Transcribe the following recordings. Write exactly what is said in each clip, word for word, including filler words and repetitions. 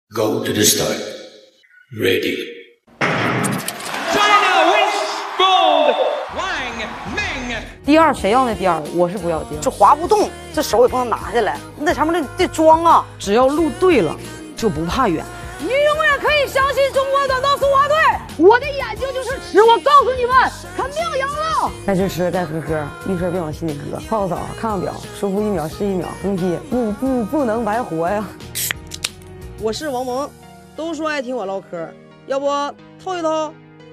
Go to the start. Ready. China wins gold. Wang Ming. 第二谁要那第二，我是不要第二。 这滑不动，这手也不能拿下来，你在上面得得装啊。 只要路对了，就不怕远。 你永远可以相信中国短道速滑队，我的眼睛就是尺，我告诉你们，肯定赢了。 该吃吃，该喝喝，遇事别往心里搁。泡个澡，看看表，舒服一秒是一秒，不批，不不不能白活呀。我是王蒙，都说爱听我唠嗑，要不透一透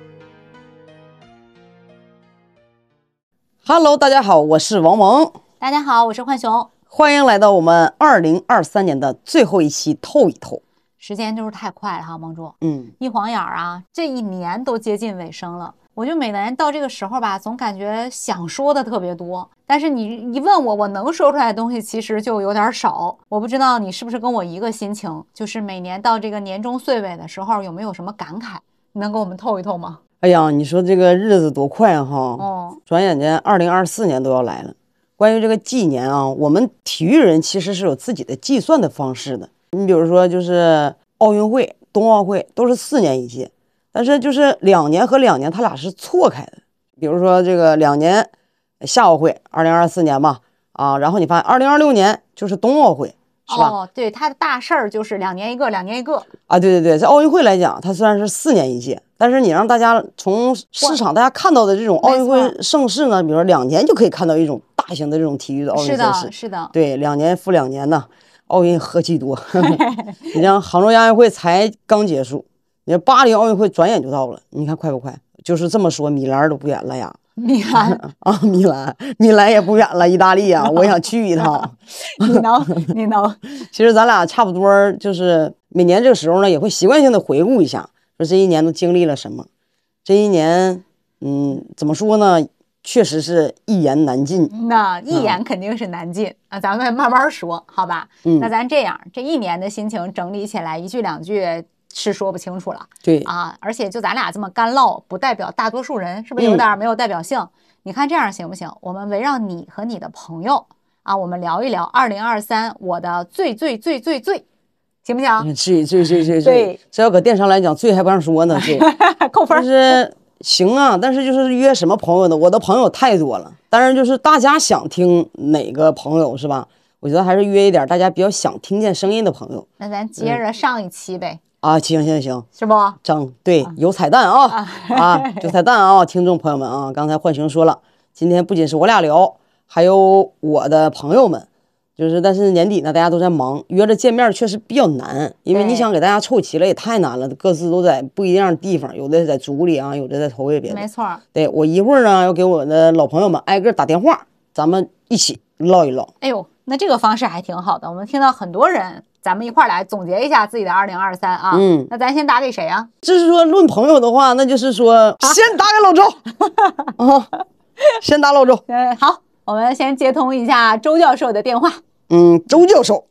？Hello， 大家好，我是王蒙。 大家好，我是浣熊。 欢迎来到我们二零二三年的最后一期透一透。 时间就是太快了哈，蒙主。 嗯， 一晃眼儿啊，这一年都接近尾声了。我就每年到这个时候吧，总感觉想说的特别多，但是你一问我，我能说出来的东西其实就有点少。我不知道你是不是跟我一个心情，就是每年到这个年终岁尾的时候，有没有什么感慨？你能跟我们透一透吗？ 哎呀，你说这个日子多快哈！ 哦， 转眼间二零二四年都要来了。关于这个纪年啊，我们体育人其实是有自己的计算的方式的。你比如说，就是奥运会、冬奥会都是四年一届。但是就是两年和两年，它俩是错开的。比如说这个两年夏奥会，二零二四年嘛，啊，然后你发现二零二六年就是冬奥会，是吧？ 哦，对，它的大事儿就是两年一个，两年一个。 啊，对对对，在奥运会来讲，它虽然是四年一届，但是你让大家从市场大家看到的这种奥运会盛事呢，比如说两年就可以看到一种大型的这种体育的奥运盛事。 是的，是的， 对，两年复两年呢，奥运何其多！你像杭州亚运会才刚结束。你看巴黎奥运会转眼就到了，你看快不快？就是这么说，米兰都不远了呀。 米兰啊，米兰，米兰也不远了，意大利啊，我想去一趟。 你能，你能。 其实咱俩差不多，就是每年这个时候呢，也会习惯性的回顾一下，说这一年都经历了什么。这一年，嗯，怎么说呢？确实是一言难尽。 那一言肯定是难尽、嗯、啊，咱们慢慢说，好吧？ 嗯， 那咱这样，这一年的心情整理起来，一句两句。是说不清楚了， 对啊，而且就咱俩这么干唠，不代表大多数人，是不是有点没有代表性？嗯、你看这样行不行？我们围绕你和你的朋友啊，我们聊一聊二零二三我的最最最最最，行不行？ 最最最最最， 这要搁电商来讲，最还不让说呢，最扣分。 就是行啊，但是就是约什么朋友呢？我的朋友太多了，当然就是大家想听哪个朋友是吧？我觉得还是约一点大家比较想听见声音的朋友。 那咱接着上一期呗。嗯啊，行行行， 是不？ 整对有彩蛋啊啊，有彩蛋啊！听众朋友们啊，刚才浣熊说了，今天不仅是我俩聊，还有我的朋友们，就是但是年底呢，大家都在忙，约着见面确实比较难，因为你想给大家凑齐了也太难了，各自都在不一样的地方，有的在组里啊，有的在头位别的。 没错。 对，我一会儿呢要给我的老朋友们挨个打电话，咱们一起唠一唠。 哎呦，那这个方式还挺好的，我们听到很多人。咱们一块儿来总结一下自己的二零二三啊。 嗯， 那咱先打给谁啊？ 就是说论朋友的话，那就是说先打给老周啊，先打老周。 嗯，好，我们先接通一下周教授的电话。 嗯，周教授。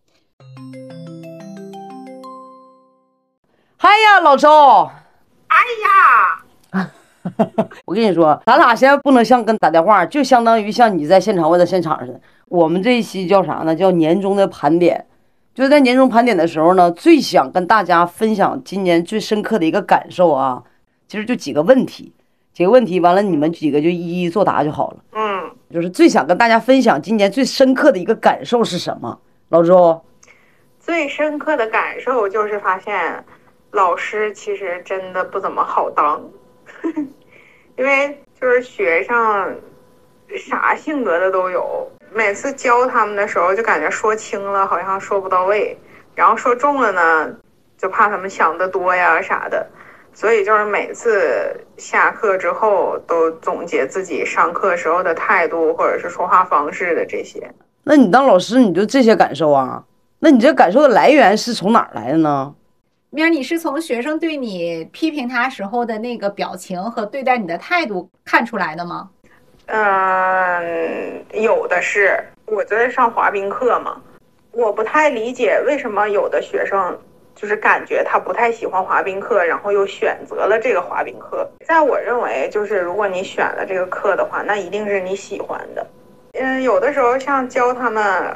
嗨呀，老周。 哎呀。 我跟你说，咱俩现在不能像跟打电话，就相当于像你在现场，我在现场似的。我们这一期叫啥呢？叫年终的盘点。就是在年终盘点的时候呢，最想跟大家分享今年最深刻的一个感受啊，其实就几个问题，几个问题，完了你们几个就一一作答就好了。 嗯， 就是最想跟大家分享今年最深刻的一个感受是什么？老周， 最深刻的感受就是发现老师其实真的不怎么好当，因为就是学生啥性格的都有。每次教他们的时候就感觉说轻了好像说不到位，然后说重了呢就怕他们想得多呀啥的，所以就是每次下课之后都总结自己上课时候的态度或者是说话方式的这些。 那你当老师你就这些感受啊？那你这感受的来源是从哪儿来的呢？ 明儿，你是从学生对你批评他时候的那个表情和对待你的态度看出来的吗？ 嗯，有的是。我在上滑冰课嘛，我不太理解为什么有的学生就是感觉他不太喜欢滑冰课，然后又选择了这个滑冰课。在我认为，就是如果你选了这个课的话，那一定是你喜欢的。嗯，有的时候像教他们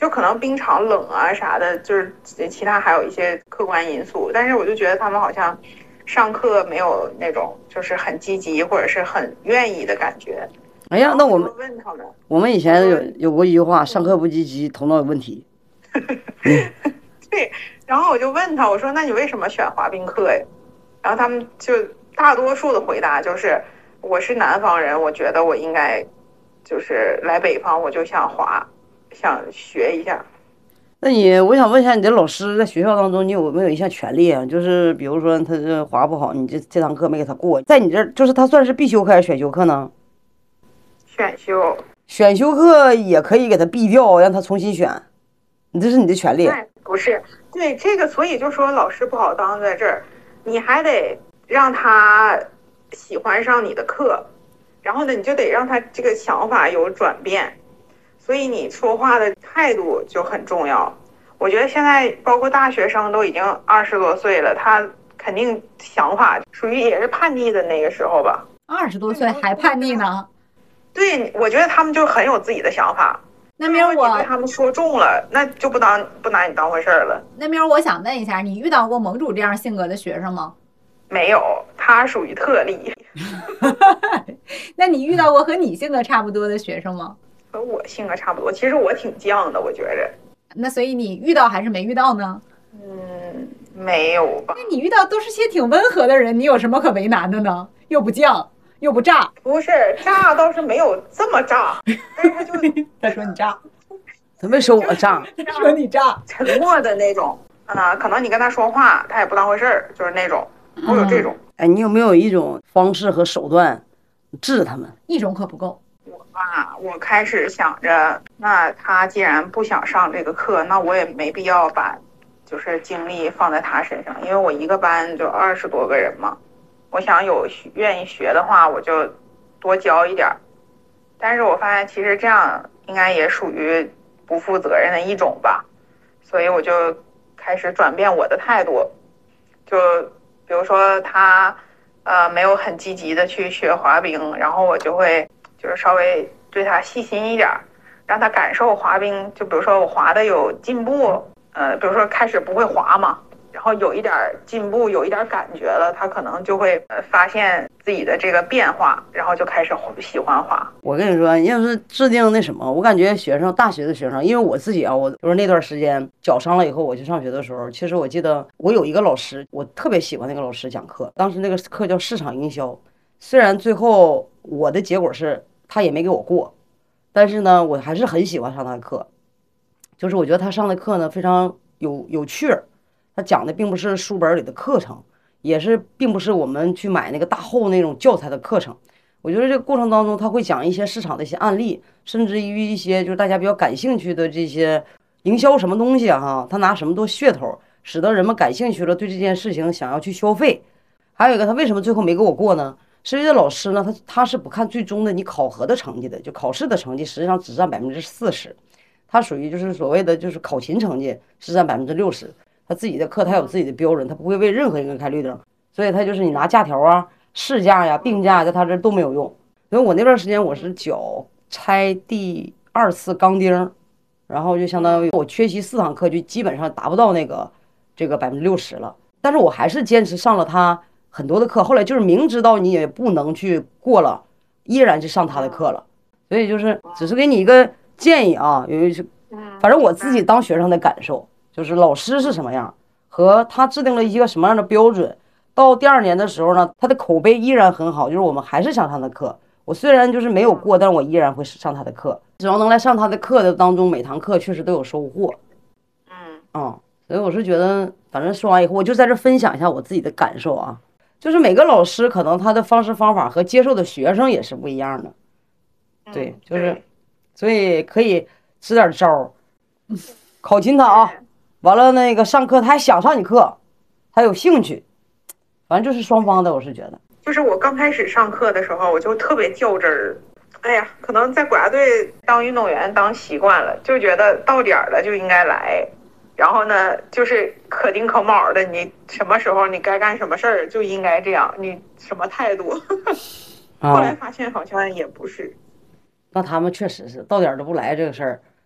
就可能冰场冷啊啥的，就是其他还有一些客观因素，但是我就觉得他们好像上课没有那种就是很积极或者是很愿意的感觉。 哎呀，那我们问他们， 我们以前有有过一句话，上课不积极，头脑有问题。 对，然后我就问他，我说那你为什么选滑冰课呀？然后他们就大多数的回答就是我是南方人，我觉得我应该就是来北方，我就想滑，想学一下。 那你，我想问一下，你的老师在学校当中，你有没有一项权利啊？就是比如说他这滑不好，你这这堂课没给他过，在你这儿就是他算是必修课还是选修课呢？ 选修。 选修课也可以给他毙掉，让他重新选，你这是你的权利。 对，不是，对这个，所以就说老师不好当在这儿，你还得让他喜欢上你的课，然后呢，你就得让他这个想法有转变，所以你说话的态度就很重要。我觉得现在包括大学生都已经二十多岁了，他肯定想法属于也是叛逆的那个时候吧。 二十多岁还叛逆呢？ 对，我觉得他们就很有自己的想法。 那明儿我你对他们说中了，那就不当不拿你当回事儿了。 那明儿我想问一下，你遇到过盟主这样性格的学生吗？ 没有，他属于特例。 那你遇到过和你性格差不多的学生吗？ 和我性格差不多，其实我挺犟的，我觉着。 那所以你遇到还是没遇到呢？ 嗯，没有吧。 那你遇到都是些挺温和的人，你有什么可为难的呢？又不犟，又不炸。 不是炸，倒是没有这么炸，但是他就他说你炸， 他没说我炸， 他说你炸， 沉默的那种。啊、呃，可能你跟他说话，他也不当回事儿，就是那种。我有这种。 哎，你有没有一种方式和手段治他们？ 一种可不够。 我吧，我开始想着，那他既然不想上这个课，那我也没必要把就是精力放在他身上，因为我一个班就二十多个人嘛。我想有愿意学的话，我就多教一点。但是我发现其实这样应该也属于不负责任的一种吧，所以我就开始转变我的态度，就比如说他呃没有很积极的去学滑冰，然后我就会就是稍微对他细心一点，让他感受滑冰。就比如说我滑的有进步，呃，比如说开始不会滑嘛，然后有一点进步，有一点感觉了，他可能就会呃发现自己的这个变化，然后就开始喜欢滑。 我跟你说，要是制定那什么，我感觉学生大学的学生，因为我自己啊，我就是那段时间脚伤了以后，我去上学的时候，其实我记得我有一个老师，我特别喜欢那个老师讲课，当时那个课叫市场营销。虽然最后我的结果是他也没给我过，但是呢，我还是很喜欢上他的课，就是我觉得他上的课呢非常有有趣儿。他讲的并不是书本里的课程，也是并不是我们去买那个大厚那种教材的课程。我觉得这个过程当中，他会讲一些市场的一些案例，甚至于一些就是大家比较感兴趣的这些营销什么东西啊，哈，他拿什么做噱头，使得人们感兴趣了，对这件事情想要去消费。还有一个，他为什么最后没给我过呢？是因为老师呢，他他是不看最终的你考核的成绩的，就考试的成绩实际上只占百分之四十，他属于就是所谓的就是考勤成绩是占百分之六十。他自己的课他有自己的标准，他不会为任何一个人开绿灯，所以他就是你拿假条啊、事假呀、病假，在他这都没有用。因为我那段时间我是脚拆第二次钢钉，然后就相当于我缺席四堂课，就基本上达不到那个这个百分之六十了。但是我还是坚持上了他很多的课，后来就是明知道你也不能去过了，依然去上他的课了。所以就是只是给你一个建议啊，有一反正我自己当学生的感受。就是老师是什么样，和他制定了一个什么样的标准，到第二年的时候呢，他的口碑依然很好，就是我们还是上他的课。我虽然就是没有过，但是我依然会上他的课。只要能来上他的课的当中，每堂课确实都有收获。 嗯嗯，所以我是觉得，反正说完以后，我就在这分享一下我自己的感受啊。就是每个老师可能他的方式方法和接受的学生也是不一样的。对，就是，所以可以支点招，考勤他啊。完了，那个上课他还想上你课，他有兴趣，反正就是双方的，我是觉得。 就是我刚开始上课的时候，我就特别较真儿。哎呀，可能在国家队当运动员当习惯了，就觉得到点儿了就应该来。然后呢，就是可丁可卯的，你什么时候你该干什么事儿就应该这样，你什么态度？后来发现好像也不是。 那他们确实是到点儿都不来这个事儿，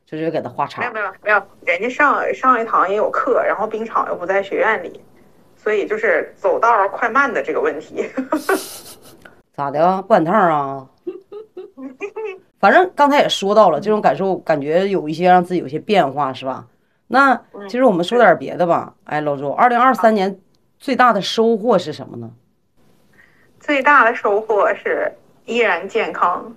就就给他画叉。 没有没有没有，人家上上一堂也有课，然后冰场又不在学院里，所以就是走道快慢的这个问题。 咋的啊？不赶趟啊？反正刚才也说到了，这种感受感觉有一些让自己有些变化，是吧？那其实我们说点别的吧。哎，老周，二零二三年最大的收获是什么呢？ 最大的收获是依然健康。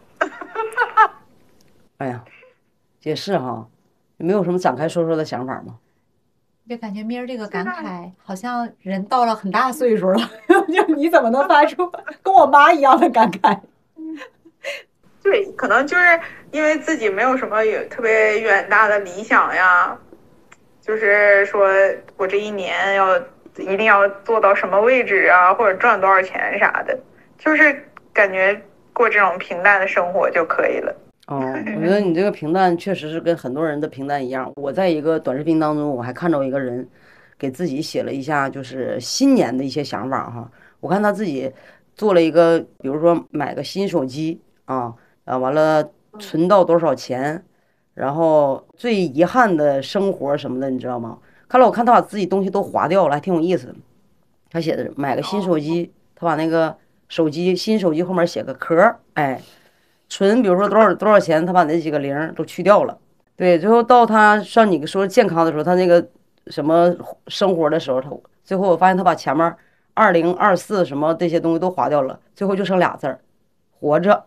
哎呀，也是哈，有没有什么展开说说的想法吗？ 就感觉咪儿这个感慨，好像人到了很大岁数了，就你怎么能发出跟我妈一样的感慨？ 对，可能就是因为自己没有什么有特别远大的理想呀，就是说我这一年要一定要做到什么位置啊，或者赚多少钱啥的，就是感觉过这种平淡的生活就可以了。 哦，我觉得你这个平淡确实是跟很多人的平淡一样。我在一个短视频当中，我还看到一个人给自己写了一下，就是新年的一些想法哈。我看他自己做了一个，比如说买个新手机啊，啊，完了存到多少钱，然后最遗憾的生活什么的，你知道吗？看了我看他把自己东西都划掉了，还挺有意思的。他写的买个新手机，他把那个手机新手机后面写个壳，哎。存，比如说多少多少钱，他把那几个零都去掉了。对，最后到他上你说健康的时候，他那个什么生活的时候，他最后我发现他把前面二零二四什么这些东西都划掉了，最后就剩俩字儿，活着。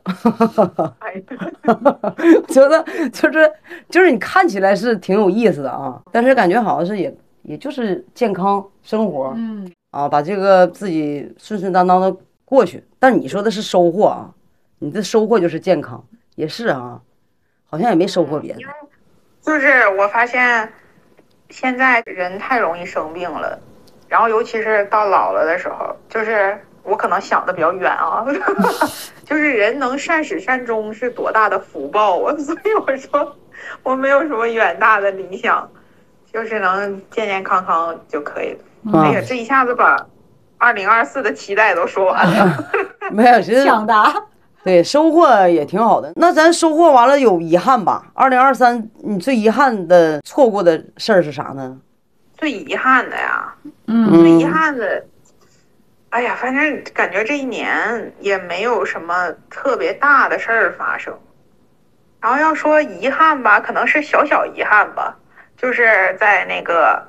觉得就是就是你看起来是挺有意思的啊，但是感觉好像是也也就是健康生活， 嗯啊，把这个自己顺顺当当的过去。但你说的是收获啊。你的收获就是健康，也是啊，好像也没收获别的。 就是我发现现在人太容易生病了，然后尤其是到老了的时候，就是我可能想的比较远啊，就是人能善始善终是多大的福报啊！所以我说我没有什么远大的理想，就是能健健康康就可以了。嗯、哎呀，这一下子把二零二四的期待都说完了， 没有，其实抢答。 对，收获也挺好的。那咱收获完了有遗憾吧？二零二三，你最遗憾的错过的事儿是啥呢？ 最遗憾的呀， 嗯， 最遗憾的，哎呀，反正感觉这一年也没有什么特别大的事儿发生。然后要说遗憾吧，可能是小小遗憾吧，就是在那个，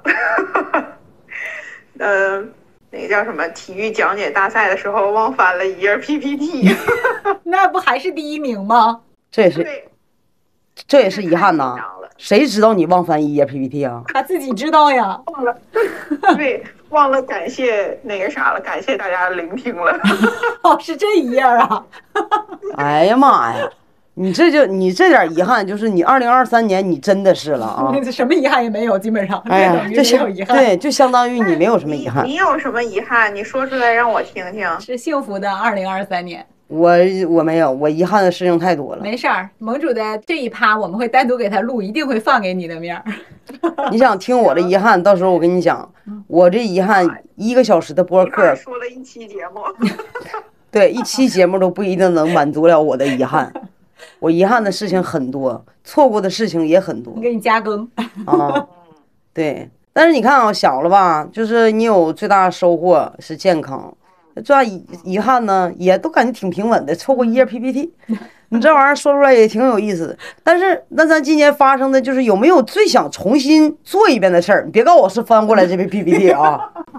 嗯、呃。那个叫什么体育讲解大赛的时候忘翻了一页 P P T， 那不还是第一名吗？ 这也是，这也是遗憾呐。谁知道你忘翻一页 P P T 啊？ 他自己知道呀。 忘了，对，忘了感谢那个啥了，感谢大家聆听了。 哦，是这一页啊。 哎呀妈呀！你这就你这点遗憾，就是你二零二三年你真的是了啊， 什么遗憾也没有，基本上。 哎呀， 这没有遗憾。 对，就相当于你没有什么遗憾。 你, 你有什么遗憾？你说出来让我听听。 是幸福的二零二三年。 我我没有，我遗憾的事情太多了。 没事儿，盟主的这一趴我们会单独给他录，一定会放给你的面儿。 你想听我的遗憾，到时候我跟你讲，我这遗憾一个小时的播客， 说了一期节目。 对，一期节目都不一定能满足了我的遗憾。我遗憾的事情很多，错过的事情也很多。 给你加更啊，对。但是你看啊，小了吧，就是你有最大的收获是健康，最大遗遗憾呢，也都感觉挺平稳的，错过一页 P P T。你这玩意儿说出来也挺有意思的。但是那咱今年发生的就是有没有最想重新做一遍的事儿？你别告诉我是翻过来这篇 P P T 啊。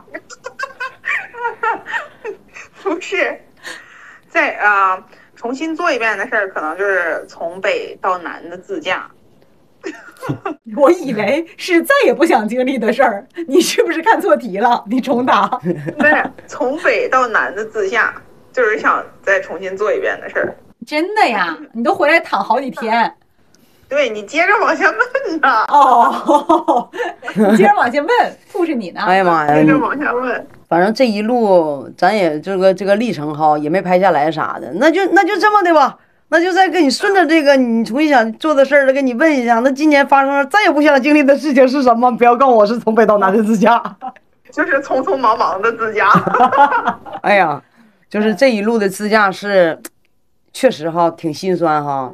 不是，在啊。呃重新做一遍的事儿，可能就是从北到南的自驾。 我以为是再也不想经历的事儿，你是不是看错题了？你重答。 不是，从北到南的自驾，就是想再重新做一遍的事儿。 真的呀？你都回来躺好几天。 对，你接着往下问呐。 哦，你接着往下问，不是你呢。 哎呀妈呀！ 接着往下问。 反正这一路咱也这个这个历程哈，也没拍下来啥的，那就那就这么的吧，那就再跟你顺着这个你重新想做的事儿，跟你问一下，那今年发生再也不想经历的事情是什么？不要告诉我是从北到南的自驾， 就是匆匆忙忙的自驾。 哎呀，就是这一路的自驾是确实哈挺心酸哈，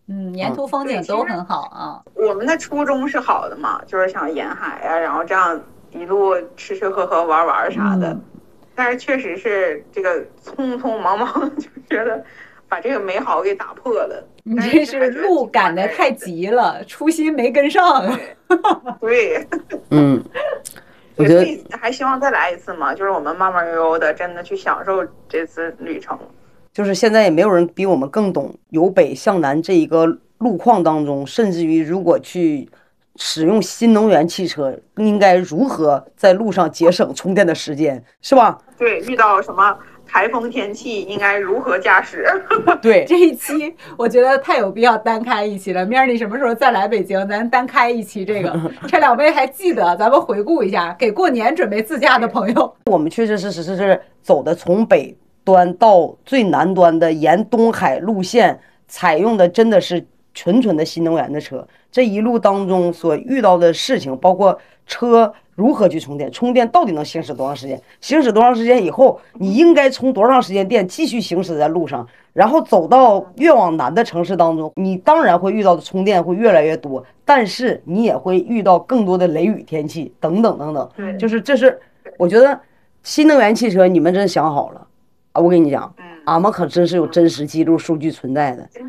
嗯，沿途风景都很好啊。 我们的初衷是好的嘛，就是想沿海啊，然后这样一路吃吃喝喝玩玩啥的。嗯、但是确实是这个匆匆忙忙，就觉得把这个美好给打破了。 你这是路赶得太急了，初心没跟上。 对， 嗯，我觉得还希望再来一次嘛，就是我们慢慢悠悠的，真的去享受这次旅程。 就是现在也没有人比我们更懂由北向南这一个路况当中，甚至于如果去使用新能源汽车，应该如何在路上节省充电的时间，是吧？ 对，遇到什么台风天气应该如何驾驶？ 对， 这一期我觉得太有必要单开一期了。明儿你什么时候再来北京，咱单开一期这个。这两位还记得，咱们回顾一下，给过年准备自驾的朋友， 我们确确实实是走的从北端到最南端的沿东海路线，采用的真的是纯纯的新能源的车。这一路当中所遇到的事情，包括车如何去充电，充电到底能行驶多长时间，行驶多长时间以后你应该充多长时间电继续行驶在路上，然后走到越往南的城市当中，你当然会遇到的充电会越来越多，但是你也会遇到更多的雷雨天气等等等等。就是这是我觉得新能源汽车你们真想好了啊！我跟你讲，俺们可真是有真实记录数据存在的。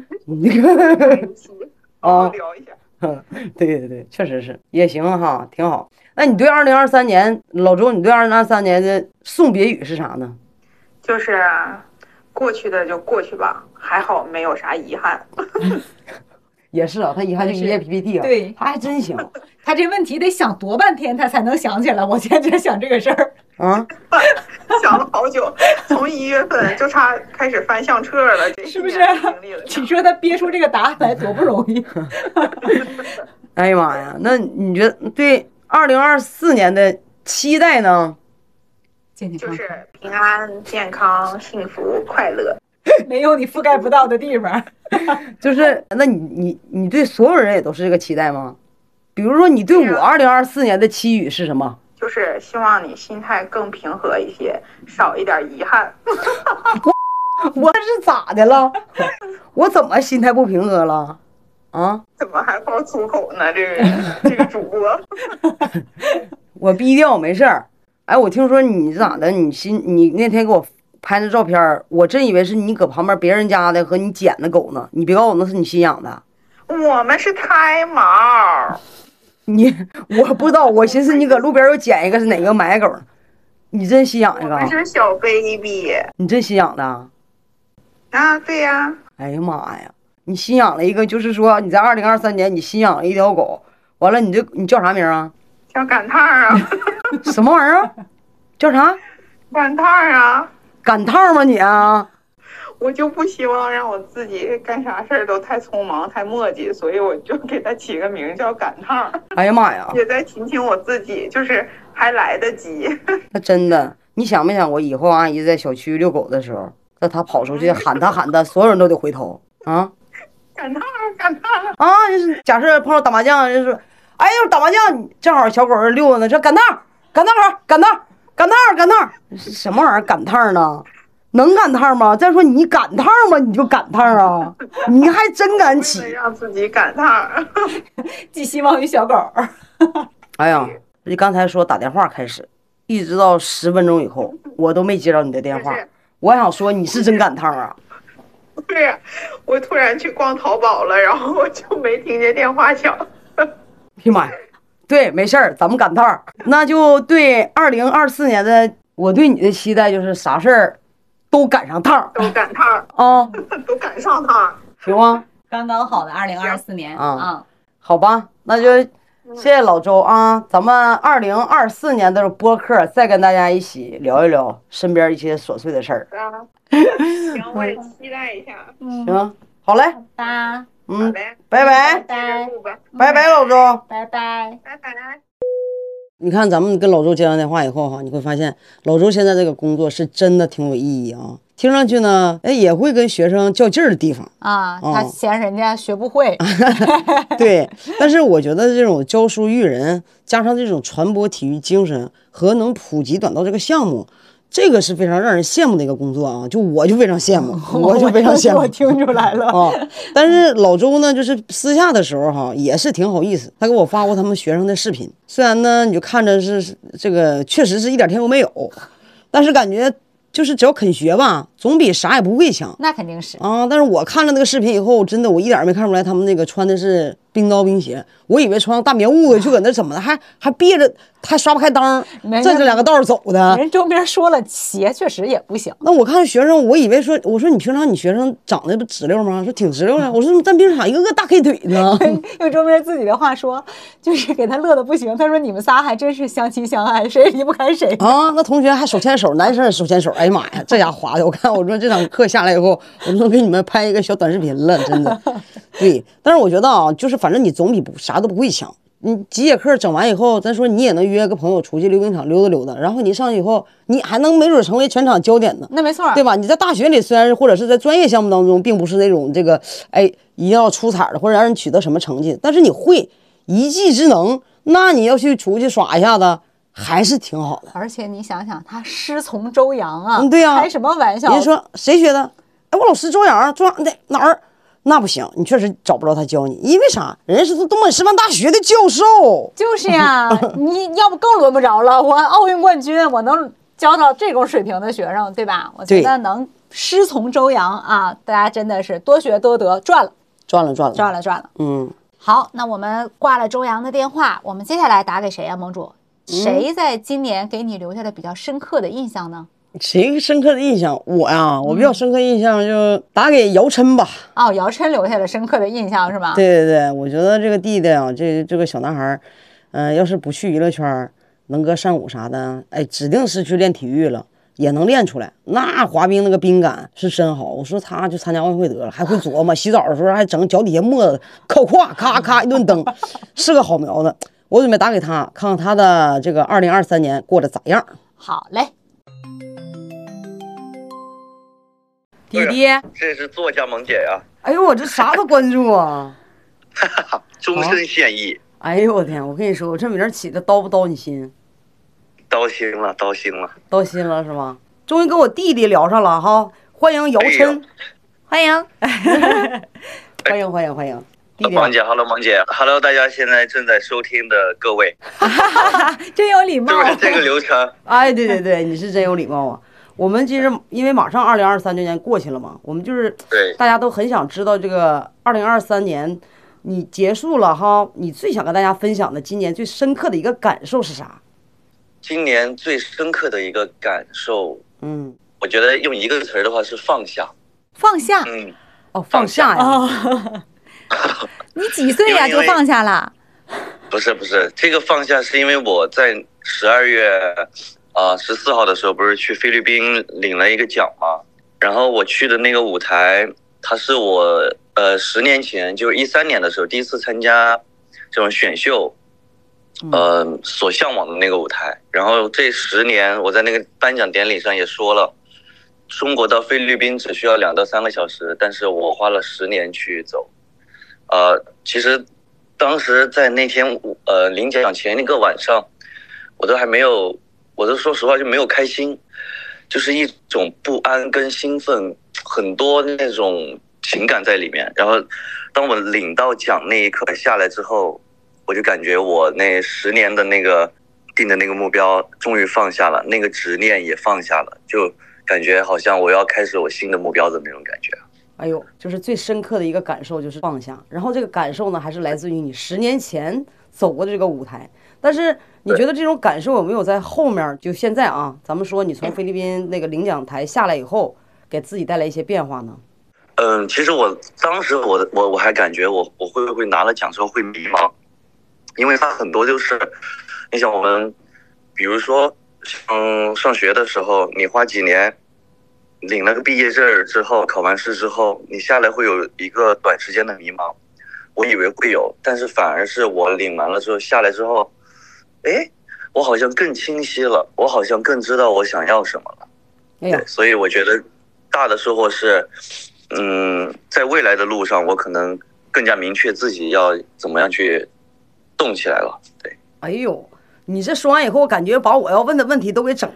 啊， 聊一下。 对对对，确实是也行哈，挺好。那你对二零二三年，老周，你对二零二三年的送别语是啥呢？ 就是过去的就过去吧，还好没有啥遗憾。 也是啊，他遗憾就一页 P P T 啊， 对， 他还真行。 他这问题得想多半天，他才能想起来。我现在想这个事儿啊， 想了好久，从一月份就差开始翻相册了，这是不是？你说他憋出这个答案来多不容易？ 哎呀妈呀，那你觉得对二零二四年的期待呢？ 就是平安、健康、幸福、快乐。 没有你覆盖不到的地方。 就是那你你你对所有人也都是这个期待吗？比如说你对我二零二四年的期语是什么？ 就是希望你心态更平和一些，少一点遗憾。 我我是咋的了？我怎么心态不平和了？啊？ 怎么还爆粗口呢？这个这个主播， 我逼掉没事儿。哎，我听说你咋的？你心你那天给我拍那照片，我真以为是你搁旁边别人家的和你捡的狗呢。你别告诉我那是你新养的。 我们是胎毛。 你我不知道，我寻思你搁路边又捡一个是哪个买狗？你真新养一个？ 我们是小 baby。 你真新养的？ 啊，对呀、啊。 哎呀妈呀！你新养了一个，就是说你在二零二三年你新养了一条狗，完了你这你叫啥名啊？ 叫赶趟啊。 什么玩意儿？叫啥？ 赶趟啊。 赶趟吗你啊？ 我就不希望让我自己干啥事儿都太匆忙太磨叽，所以我就给他起个名叫赶趟。 哎呀妈呀！ 也在提醒我自己，就是还来得及。 那真的，你想没想过以后阿姨在小区遛狗的时候，那她跑出去喊她喊她，所有人都得回头啊！ 赶趟赶趟啊！就是假设碰到打麻将，就是哎呦打麻将，正好小狗儿遛呢，这赶趟赶趟赶趟赶趟赶趟，什么玩意儿赶趟呢？能赶趟吗？再说你赶趟吗？你就赶趟啊！你还真敢起， 让自己赶趟， 寄希望于小狗。 哎呀，你刚才说打电话开始，一直到十分钟以后，我都没接到你的电话。我想说你是真赶趟啊！ 对呀，我突然去逛淘宝了，然后我就没听见电话响。 哎呀妈呀！对，没事儿，咱们赶趟。那就对二零二四年的我对你的期待就是啥事儿。都赶上趟， 都赶趟啊， 都赶上趟， 行吗？ 刚刚好的二零二四年啊， 好吧，那就谢谢老周啊，咱们二零二四年的播客再跟大家一起聊一聊身边一些琐碎的事儿。 啊，行，我也期待一下。 行，好嘞， 拜， 嗯， 拜拜拜， 拜拜，老周， 拜拜， 拜拜。 你看咱们跟老周接完电话以后哈，你会发现老周现在这个工作是真的挺有意义啊。听上去呢，哎，也会跟学生较劲儿的地方啊，他嫌人家学不会。 对，但是我觉得这种教书育人，加上这种传播体育精神和能普及短道这个项目， 这个是非常让人羡慕的一个工作啊，就我就非常羡慕，我就非常羡慕。 我听出来了啊。但是老周呢，就是私下的时候哈，也是挺好意思。他给我发过他们学生的视频，虽然呢，你就看着是这个确实是一点天赋没有，但是感觉就是只要肯学吧，总比啥也不会强。 那肯定是啊。但是我看了那个视频以后，真的我一点没看出来他们那个穿的是冰刀冰鞋，我以为穿上大棉裤就搁那怎么的，还还憋着，还刷不开裆，这这两个道走的。 人周边说了，鞋确实也不行。 那我看学生，我以为说，我说你平常你学生长得不直溜吗？说挺直溜的。我说咱冰场一个个大黑腿呢。 用周边自己的话说，就是给他乐的不行。他说你们仨还真是相亲相爱，谁也离不开谁啊。那同学还手牵手，男生也手牵手。哎呀妈呀，这家滑的！我看我说这堂课下来以后，我都给你们拍一个小短视频了，真的。对，但是我觉得啊，就是反正你总比不啥都不会强。你几节课整完以后，咱说你也能约个朋友出去溜冰场溜达溜达，然后你上去以后，你还能没准成为全场焦点呢。 那没错， 对吧？你在大学里虽然或者是在专业项目当中，并不是那种这个哎一定要出彩的或者让人取得什么成绩，但是你会一技之能，那你要去出去耍一下子，还是挺好的。 而且你想想，他师从周洋啊， 嗯，对呀、啊， 开什么玩笑？ 人说谁学的？哎，我老师周洋，周洋在哪儿？那不行，你确实找不着他教你，因为啥？人家是东北师范大学的教授。 就是呀，你要不更轮不着了。我奥运冠军，我能教到这种水平的学生，对吧？我觉得能师从周洋啊，大家真的是多学多得，赚了， 赚了，赚了， 赚了，赚了。 嗯， 好，那我们挂了周洋的电话，我们接下来打给谁呀、啊，盟主？谁在今年给你留下了比较深刻的印象呢？ 谁深刻的印象？我呀，我比较深刻印象就打给姚琛吧。 哦，姚琛留下了深刻的印象是吧？ 对对对，我觉得这个弟弟啊，这这个小男孩，嗯、呃，要是不去娱乐圈，能歌善舞啥的，哎，指定是去练体育了，也能练出来。那滑冰那个冰感是真好，我说他就参加奥运会得了，还会琢磨，洗澡的时候还整脚底下沫子靠胯，咔咔一顿蹬，是个好苗子。我准备打给他，看看他的这个二零二三年过得咋样。 好嘞。 弟弟， 这是作家萌姐呀！ 哎呦，我这啥都关注啊， 终身献艺。 哎呦我天，我跟你说，我这名起的叨不叨你心？ 叨心了，叨心了， 叨心了是吧？终于跟我弟弟聊上了哈，欢迎姚琛， 欢迎， 欢迎欢迎欢迎，弟弟。 萌姐 ，Hello 萌姐 ，Hello 大家现在正在收听的各位， 真有礼貌， 就是这个流程。 哎，对对对，你是真有礼貌啊。我们其实因为马上二零二三年过去了嘛，我们就是对大家都很想知道这个二零二三年你结束了哈，你最想跟大家分享的今年最深刻的一个感受是啥？ 今年最深刻的一个感受， 嗯， 我觉得用一个词儿的话是放下。 放下， 嗯， 哦，放下呀。 哦、你几岁呀就放下了？ 不是不是，这个放下是因为我在十二月。啊，十四号的时候不是去菲律宾领了一个奖吗？然后我去的那个舞台，它是我呃十年前，就是一三年的时候第一次参加这种选秀，呃所向往的那个舞台。然后这十年我在那个颁奖典礼上也说了，中国到菲律宾只需要两到三个小时，但是我花了十年去走。呃，其实当时在那天呃领奖前那个晚上，我都还没有。我都说实话就没有开心，就是一种不安跟兴奋，很多那种情感在里面。然后当我领到奖那一刻下来之后，我就感觉我那十年的那个定的那个目标终于放下了，那个执念也放下了，就感觉好像我要开始我新的目标的那种感觉。 哎呦，就是最深刻的一个感受就是放下，然后这个感受呢还是来自于你十年前走过的这个舞台。但是你觉得这种感受有没有在后面？就现在啊，咱们说你从菲律宾那个领奖台下来以后，给自己带来一些变化呢？ 嗯，其实我当时我我我还感觉我我会不会拿了奖之后会迷茫，因为它很多就是，你想我们，比如说，嗯，上学的时候你花几年，领了个毕业证之后，考完试之后，你下来会有一个短时间的迷茫，我以为会有，但是反而是我领完了之后下来之后。哎，我好像更清晰了，我好像更知道我想要什么了。 哎呀， 所以我觉得大的收获是，嗯，在未来的路上，我可能更加明确自己要怎么样去动起来了。对， 哎呦，你这说完以后，我感觉把我要问的问题都给整了。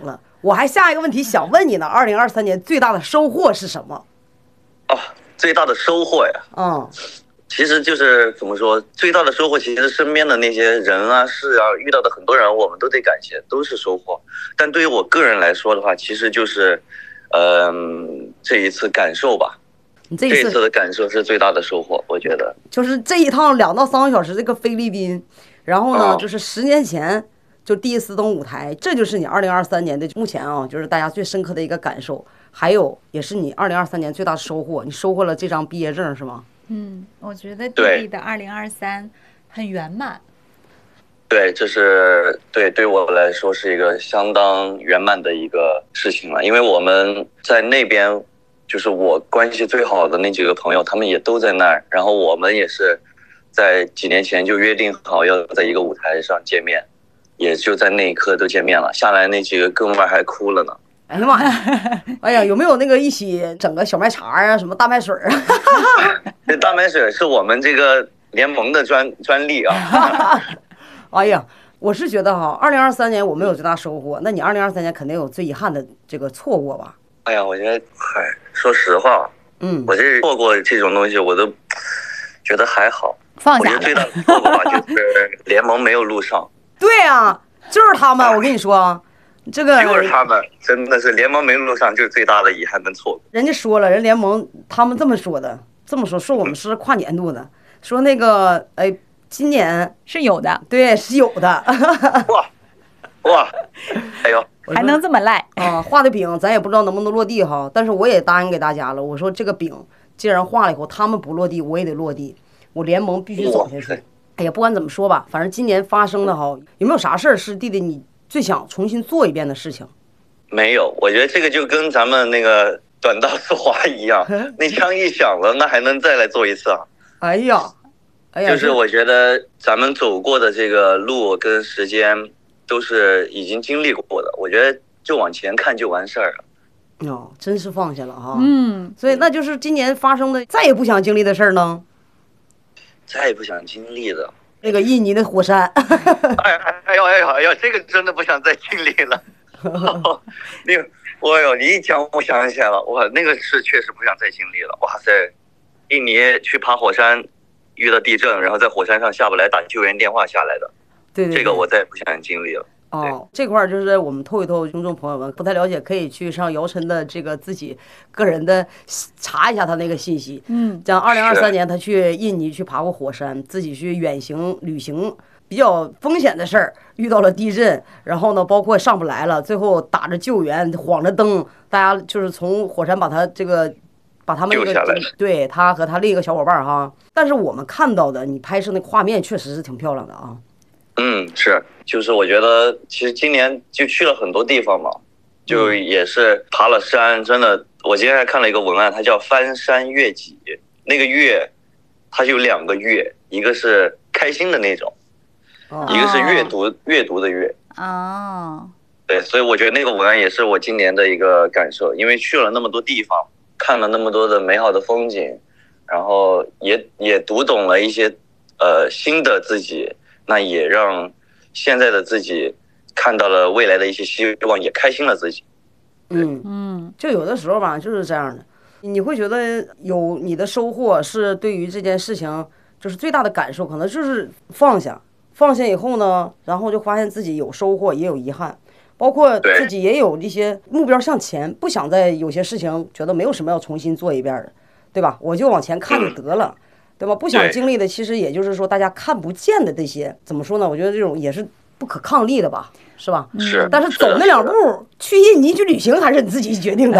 我还下一个问题想问你呢，二零二三年最大的收获是什么？ 哦，最大的收获呀， 嗯， 其实就是怎么说，最大的收获其实身边的那些人啊、事啊，遇到的很多人，我们都得感谢，都是收获。但对于我个人来说的话，其实就是，嗯、呃，这一次感受吧。 你这一次这一次的感受是最大的收获，我觉得。 就是这一趟两到三个小时这个菲律宾，然后呢， 哦就是十年前就第一次登舞台，这就是你二零二三年的目前啊，就是大家最深刻的一个感受，还有也是你二零二三年最大的收获，你收获了这张毕业证是吗？ 嗯，我觉得弟对弟的二零二三很圆满。 对，这是对对我来说是一个相当圆满的一个事情了，因为我们在那边，就是我关系最好的那几个朋友，他们也都在那儿，然后我们也是在几年前就约定好要在一个舞台上见面，也就在那一刻都见面了。下来那几个哥们儿还哭了呢。 哎呀妈呀！哎呀，有没有那个一起整个小麦茶啊，什么大麦水啊？ 这大麦水是我们这个联盟的专专利啊。 哎呀，我是觉得哈，二零二三年我没有最大收获，那你二零二三年肯定有最遗憾的这个错过吧？ 哎呀，我觉得，嗨，说实话， 嗯， 我这错过这种东西，我都觉得还好。 放下了我觉得最大的错过吧，就是联盟没有录上。 对啊，就是他们，我跟你说，这个就是他们，真的是联盟没录上，就是最大的遗憾跟错过。 人家说了，人联盟他们这么说的，这么说说我们是跨年度的，说那个哎，今年是有的， 对是有的。 哇哇，哎呦， 还能这么赖啊？画的饼咱也不知道能不能落地哈，但是我也答应给大家了，我说这个饼既然画了以后，他们不落地，我也得落地，我联盟必须走下去。哎呀，不管怎么说吧，反正今年发生的哈，有没有啥事儿是弟弟你最想重新做一遍的事情？ 没有，我觉得这个就跟咱们那个短道速滑一样，那枪一响了，那还能再来做一次啊？ 哎呀，哎呀， 就是我觉得咱们走过的这个路跟时间都是已经经历过的，我觉得就往前看就完事儿了。 哦，真是放下了哈。 嗯， 所以那就是今年发生的再也不想经历的事儿呢？ 再也不想经历的那个印尼的火山。 哎哎哎呦哎呦哎呦，这个真的不想再经历了。那个，哎呦，你一讲我想起来了，哇，那个是确实不想再经历了。哇塞，印尼去爬火山，遇到地震，然后在火山上下不来，打救援电话下来的。 对 对, 对， 这个我再也不想经历了。 哦，这块儿就是我们透一透，听众朋友们不太了解，可以去上姚晨的这个自己个人的查一下他那个信息。 嗯， 像二零二三年他去印尼去爬过火山，自己去远行旅行比较风险的事儿，遇到了地震，然后呢，包括上不来了，最后打着救援，晃着灯，大家就是从火山把他这个把他们那个对他和他另一个小伙伴哈。但是我们看到的你拍摄那画面确实是挺漂亮的啊。 嗯，是，就是我觉得其实今年就去了很多地方嘛，就也是爬了山，真的，我今天还看了一个文案，它叫翻山越脊，那个越，它有两个越，一个是开心的那种， 哦、 一个是阅读阅读的阅。 哦， 对，所以我觉得那个文案也是我今年的一个感受，因为去了那么多地方，看了那么多的美好的风景，然后也也读懂了一些呃新的自己。那也让现在的自己看到了未来的一些希望，也开心了自己。 嗯嗯， 就有的时候吧，就是这样的。你会觉得有你的收获是对于这件事情，就是最大的感受，可能就是放下。放下以后呢，然后就发现自己有收获，也有遗憾，包括自己也有一些目标向前，不想在有些事情觉得没有什么要重新做一遍的，对吧？我就往前看就得了。嗯，对吧？不想经历的，其实也就是说大家看不见的这些，怎么说呢？我觉得这种也是不可抗力的吧，是吧？ 是。 但是走那两步去印尼去旅行，还是你自己决定的。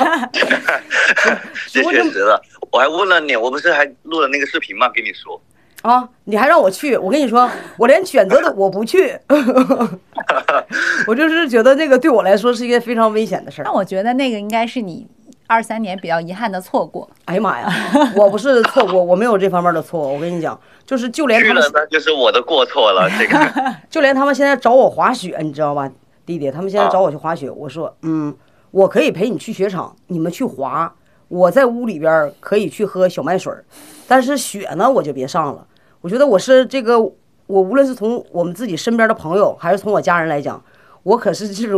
这确实的，我还问了你，我不是还录了那个视频吗？跟你说。 啊！你还让我去，我跟你说，我连选择的我不去。我就是觉得那个对我来说是一件非常危险的事儿。 那我觉得那个应该是你二三年比较遗憾的错过。 哎呀妈呀，我不是错过，我没有这方面的错误。我跟你讲，就是就连他们去了，那就是我的过错了。这个， 就连他们现在找我滑雪，你知道吧，弟弟？他们现在找我去滑雪，我说，嗯，我可以陪你去雪场，你们去滑，我在屋里边可以去喝小麦水，但是雪呢，我就别上了。我觉得我是这个，我无论是从我们自己身边的朋友，还是从我家人来讲，我可是这种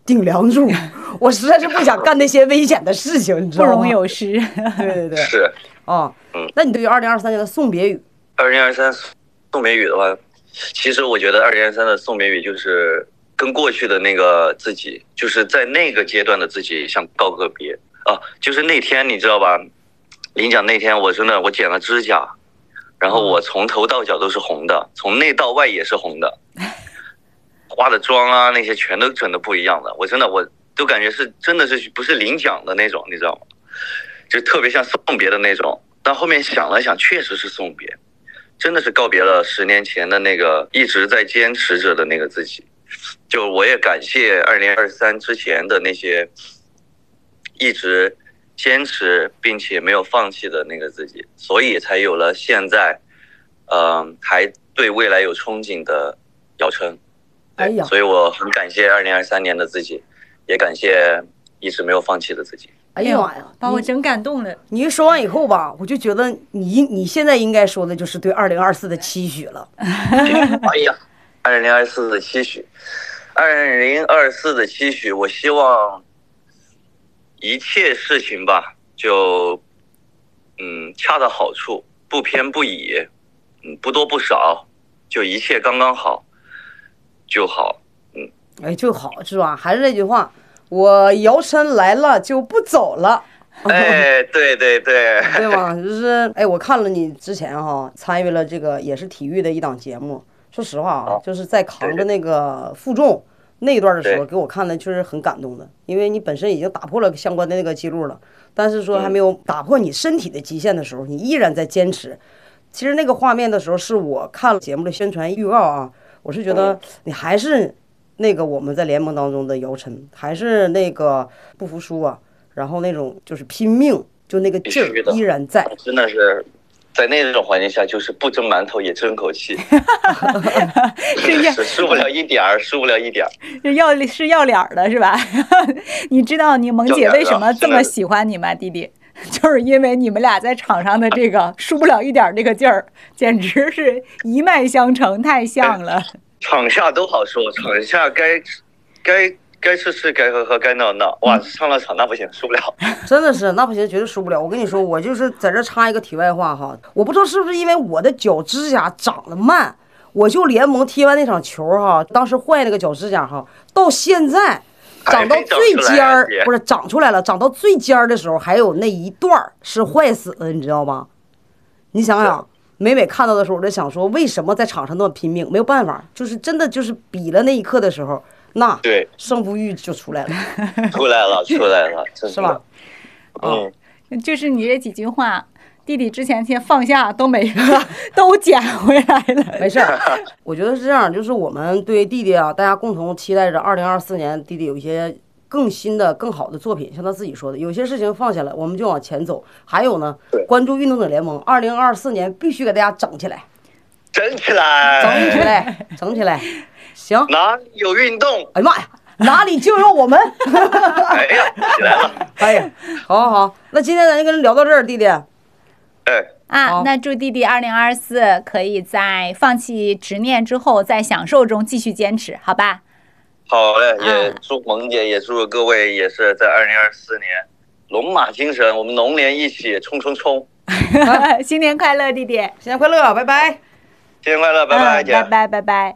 顶梁柱，我实在是不想干那些危险的事情，你知道吗？ 不容有失。 对对对， 是。 哦， 嗯， 那你对于二零二三年的送别语？ 二零二三送别语的话，其实我觉得二零二三的送别语就是跟过去的那个自己，就是在那个阶段的自己想告个别啊。就是那天你知道吧，领奖那天我真的我剪了指甲，然后我从头到脚都是红的，从内到外也是红的，化的妆啊那些全都整的不一样的，我真的我都感觉是真的是不是领奖的那种，你知道吗？就特别像送别的那种。但后面想了想，确实是送别，真的是告别了十年前的那个一直在坚持着的那个自己。就我也感谢二零二三之前的那些一直坚持并且没有放弃的那个自己，所以才有了现在，嗯、呃，还对未来有憧憬的姚琛。 哎呀， 所以我很感谢二零二三年的自己，也感谢一直没有放弃的自己。 哎呀妈呀， 把我整感动了。 你一说完以后吧，我就觉得你你现在应该说的就是对二零二四的期许了。 哎呀，二零二四的期许，二零二四的期许，我希望一切事情吧，就嗯恰到好处，不偏不倚，嗯不多不少，就一切刚刚好就好。嗯， 哎，就好是吧？还是那句话。我姚琛来了就不走了， 哎，对对对， 对吧？就是哎，我看了你之前哈参与了这个也是体育的一档节目，说实话啊，就是在扛着那个负重那一段的时候，给我看的确实很感动的，因为你本身已经打破了相关的那个记录了，但是说还没有打破你身体的极限的时候，你依然在坚持。其实那个画面的时候，是我看了节目的宣传预告啊，我是觉得你还是。那个我们在联盟当中的姚琛，还是那个不服输啊，然后那种就是拼命，就那个劲儿依然在。 真的是在那种环境下，就是不蒸馒头也争口气，是输不了一点儿，输不了一点儿， 是要是要脸的是吧？你知道你萌姐为什么这么喜欢你吗，弟弟？就是因为你们俩在场上的这个输不了一点这个劲儿，简直是一脉相承，太像了。 场下都好说，场下该该该吃吃，该喝喝，该闹闹。哇，上了场那不行，输不了。 真的是，那不行，绝对输不了。我跟你说，我就是在这插一个题外话哈，我不知道是不是因为我的脚指甲长得慢，我就联盟踢完那场球哈，当时坏那个脚指甲哈，到现在长到最尖儿，不是长出来了，长到最尖儿的时候，还有那一段是坏死的，你知道吗？你想想。每每看到的时候，我就想说，为什么在场上那么拼命？没有办法，就是真的就是比了那一刻的时候，那对胜负欲就出来了， 出来了，出来了， 是吧？ 嗯，就是你这几句话，弟弟之前先放下都没都捡回来了。 没事儿，我觉得是这样，就是我们对弟弟啊，大家共同期待着二零二四年弟弟有一些更新的、更好的作品。像他自己说的，有些事情放下了，我们就往前走。还有呢，关注运动者联盟，二零二四年必须给大家整起来， 整起来， 整起来，整起来。行， 哪里有运动？ 哎呀妈呀，哪里就有我们。 哎呀，起来了。 哎呀，好好好，那今天咱就跟人聊到这儿，弟弟。 哎。 啊，那祝弟弟二零二四可以在放弃执念之后，在享受中继续坚持，好吧？ 好嘞，也祝萌姐，也祝各位，也是在二零二四年龙马精神，我们龙年一起冲冲冲！ 新年快乐，弟弟！ 新年快乐，拜拜！ 新年快乐，拜拜，姐！ 拜拜，拜拜！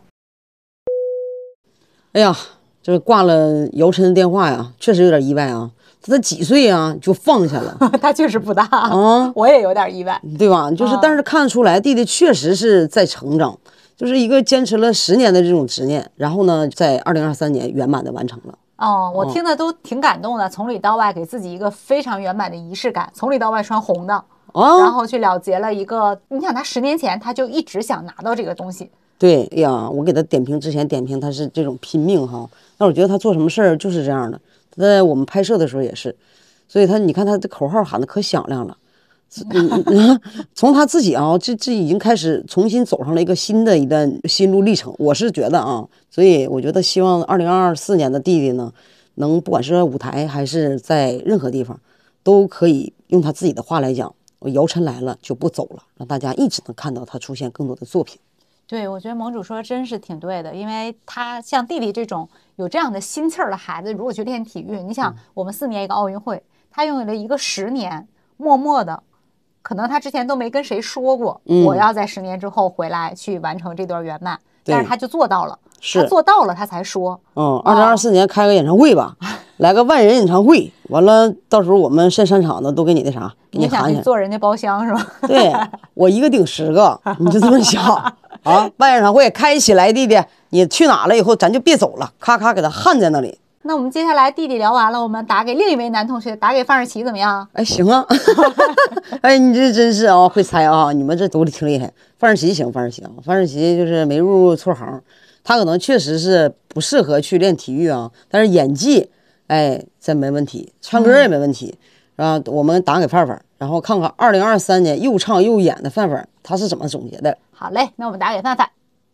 哎呀，这挂了姚琛的电话呀，确实有点意外啊。他几岁啊就放下了？ 他确实不大啊、 嗯， 我也有点意外， 对吧？就是，但是看得出来，弟弟确实是在成长。就是一个坚持了十年的这种执念，然后呢，在二零二三年圆满的完成了。 哦，我听的都挺感动的，从里到外给自己一个非常圆满的仪式感，从里到外穿红的，哦、然后去了结了一个。你想，他十年前他就一直想拿到这个东西。 对呀，我给他点评之前点评他是这种拼命哈，那我觉得他做什么事儿就是这样的。他在我们拍摄的时候也是，所以他你看他这口号喊的可响亮了。嗯，从他自己啊，这这已经开始重新走上了一个新的一段心路历程。我是觉得啊，所以我觉得希望二零二四年的弟弟呢，能不管是在舞台还是在任何地方，都可以用他自己的话来讲，我姚琛来了就不走了，让大家一直能看到他出现更多的作品。 对，我觉得盟主说真是挺对的，因为他像弟弟这种有这样的心气儿的孩子，如果去练体育，你想我们四年一个奥运会，他用了一个十年，默默的，可能他之前都没跟谁说过， 嗯、 我要在十年之后回来去完成这段圆满，但是他就做到了， 是他做到了，他才说， 嗯，二零二四年开个演唱会吧，哦、来个万人演唱会，完了到时候我们现山场的都给你那啥，给你想喊去坐人家包厢是吧？ 对，我一个顶十个，你就这么想啊？万演唱会开起来，弟弟，你去哪了以后咱就别走了，咔咔给他焊在那里。 那我们接下来弟弟聊完了，我们打给另一位男同学，打给范世琦怎么样？ 哎，行啊，哎，你这真是啊，会猜啊，你们这都挺厉害。范世琦行，范世琦啊，范世琦就是没入错行，他可能确实是不适合去练体育啊，但是演技，哎，真没问题，唱歌也没问题。啊，我们打给范范，然后看看二零二三年又唱又演的范范他是怎么总结的。 好嘞，那我们打给范范。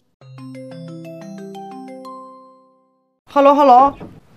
Hello Hello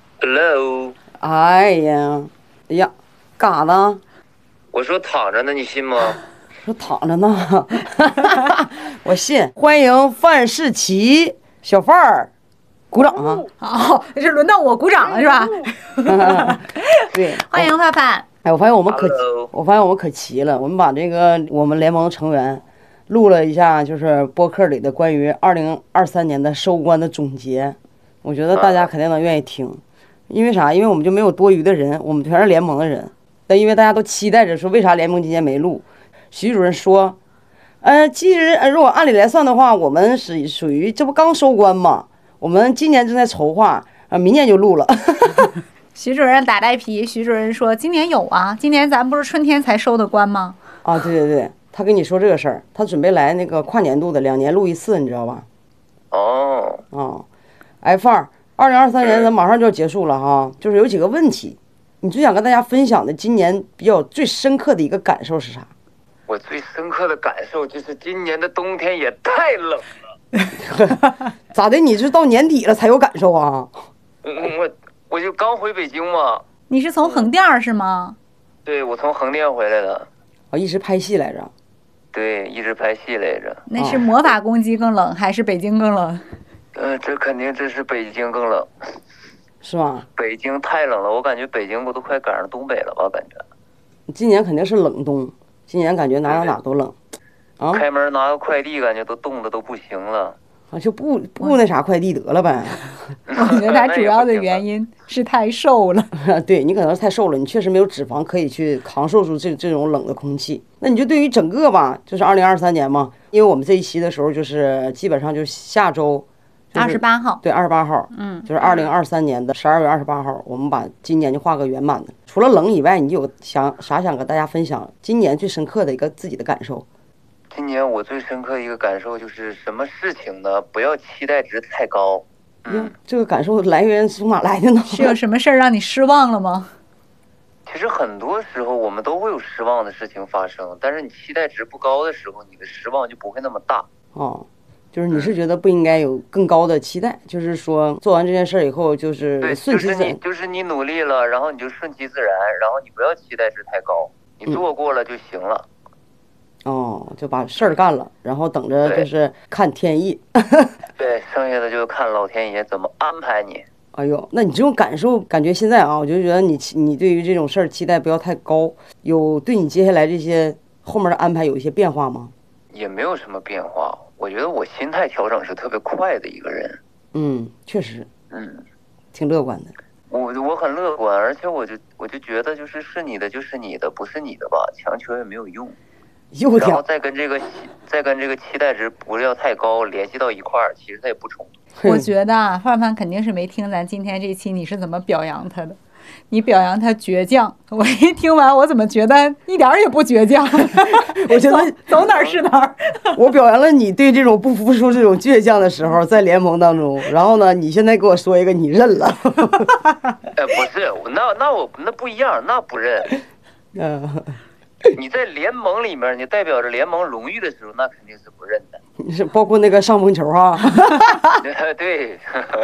Hello， 哎呀，哎呀，干啥呢？ 我说躺着呢，你信吗？ 我躺着呢，我信。欢迎范世琦，小范儿，鼓掌啊！ 好、哦，这轮到我鼓掌了是吧？ 对， 欢迎范范。 哎，我发现我们可 Hello 我发现我们可齐了。我们把这个我们联盟成员录了一下，就是播客里的关于二零二三年的收官的总结。我觉得大家肯定能愿意听，因为啥？因为我们就没有多余的人，我们全是联盟的人。但因为大家都期待着说，为啥联盟今年没录？徐主任说，呃，其实呃，如果按理来算的话，我们是属于这不刚收官嘛？我们今年正在筹划，啊，明年就录了。 徐主任打带皮，徐主任说今年有啊，今年咱不是春天才收的官吗？ 啊，对对对，他跟你说这个事儿，他准备来那个跨年度的，两年录一次，你知道吧？ 哦， 啊，哎，范儿，二零二三年咱马上就要结束了哈，就是有几个问题，你最想跟大家分享的今年比较最深刻的一个感受是啥？ 我最深刻的感受就是今年的冬天也太冷了。 咋的？你是到年底了才有感受啊？ 嗯，我我就刚回北京嘛。 你是从横店是吗？ 对，我从横店回来的。 我一直拍戏来着。 对，一直拍戏来着。 那是魔法攻击更冷，还是北京更冷？ 呃，这肯定这是北京更冷。 是吧？ 北京太冷了，我感觉北京我都快赶上东北了吧？感觉。 今年肯定是冷冬，今年感觉哪哪哪都冷。啊！ 开门拿个快递，感觉都冻得都不行了。 啊，就不不那啥快递得了呗。 我觉得他主要的原因是太瘦了。 对，你可能是太瘦了，你确实没有脂肪可以去扛受住这这种冷的空气。那你就对于整个吧，就是二零二三年嘛，因为我们这一期的时候就是基本上就下周二十八号， 对，二十八号， 嗯， 就是二零二三年的十二月二十八号，我们把今年就画个圆满的。除了冷以外，你有想啥想跟大家分享今年最深刻的一个自己的感受？ 今年我最深刻的一个感受就是什么事情呢？不要期待值太高。 嗯，这个感受来源从哪来的呢？ 是有什么事儿让你失望了吗？ 其实很多时候我们都会有失望的事情发生，但是你期待值不高的时候，你的失望就不会那么大。 哦，就是你是觉得不应该有更高的期待，就是说做完这件事以后就是对， 顺其自然。 就是你就是你努力了，然后你就顺其自然，然后你不要期待值太高，你做过了就行了。 嗯哦，就把事儿干了，然后等着就是看天意。 对，剩下的就看老天爷怎么安排你。 哎呦，那你这种感受，感觉现在啊，我就觉得你你对于这种事儿期待不要太高，有对你接下来这些后面的安排有一些变化吗？ 也没有什么变化，我觉得我心态调整是特别快的一个人。 嗯，确实， 嗯， 挺乐观的。 我我很乐观，而且我就我就觉得就是是你的就是你的，不是你的吧，强求也没有用。 又然后再跟这个再跟这个期待值不要太高联系到一块儿，其实它也不冲突。 我觉得啊，范范肯定是没听咱今天这期你是怎么表扬他的。你表扬他倔强，我一听完，我怎么觉得一点也不倔强？ 我觉得走哪儿是哪儿。 我表扬了你对这种不服输、这种倔强的时候，在联盟当中，然后呢，你现在给我说一个你认了。 哎，不是，那那我那不一样，那不认。 嗯。 你在联盟里面，你代表着联盟荣誉的时候，那肯定是不认的。 你是包括那个上风球哈。 对。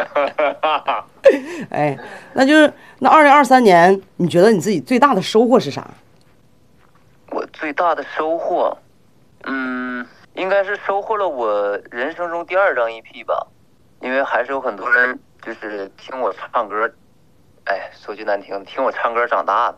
哎，那就是那二零二三年，你觉得你自己最大的收获是啥？ 我最大的收获，嗯， 应该是收获了我人生中第二张 E P 吧，因为还是有很多人就是听我唱歌，哎，说句难听，听我唱歌长大的，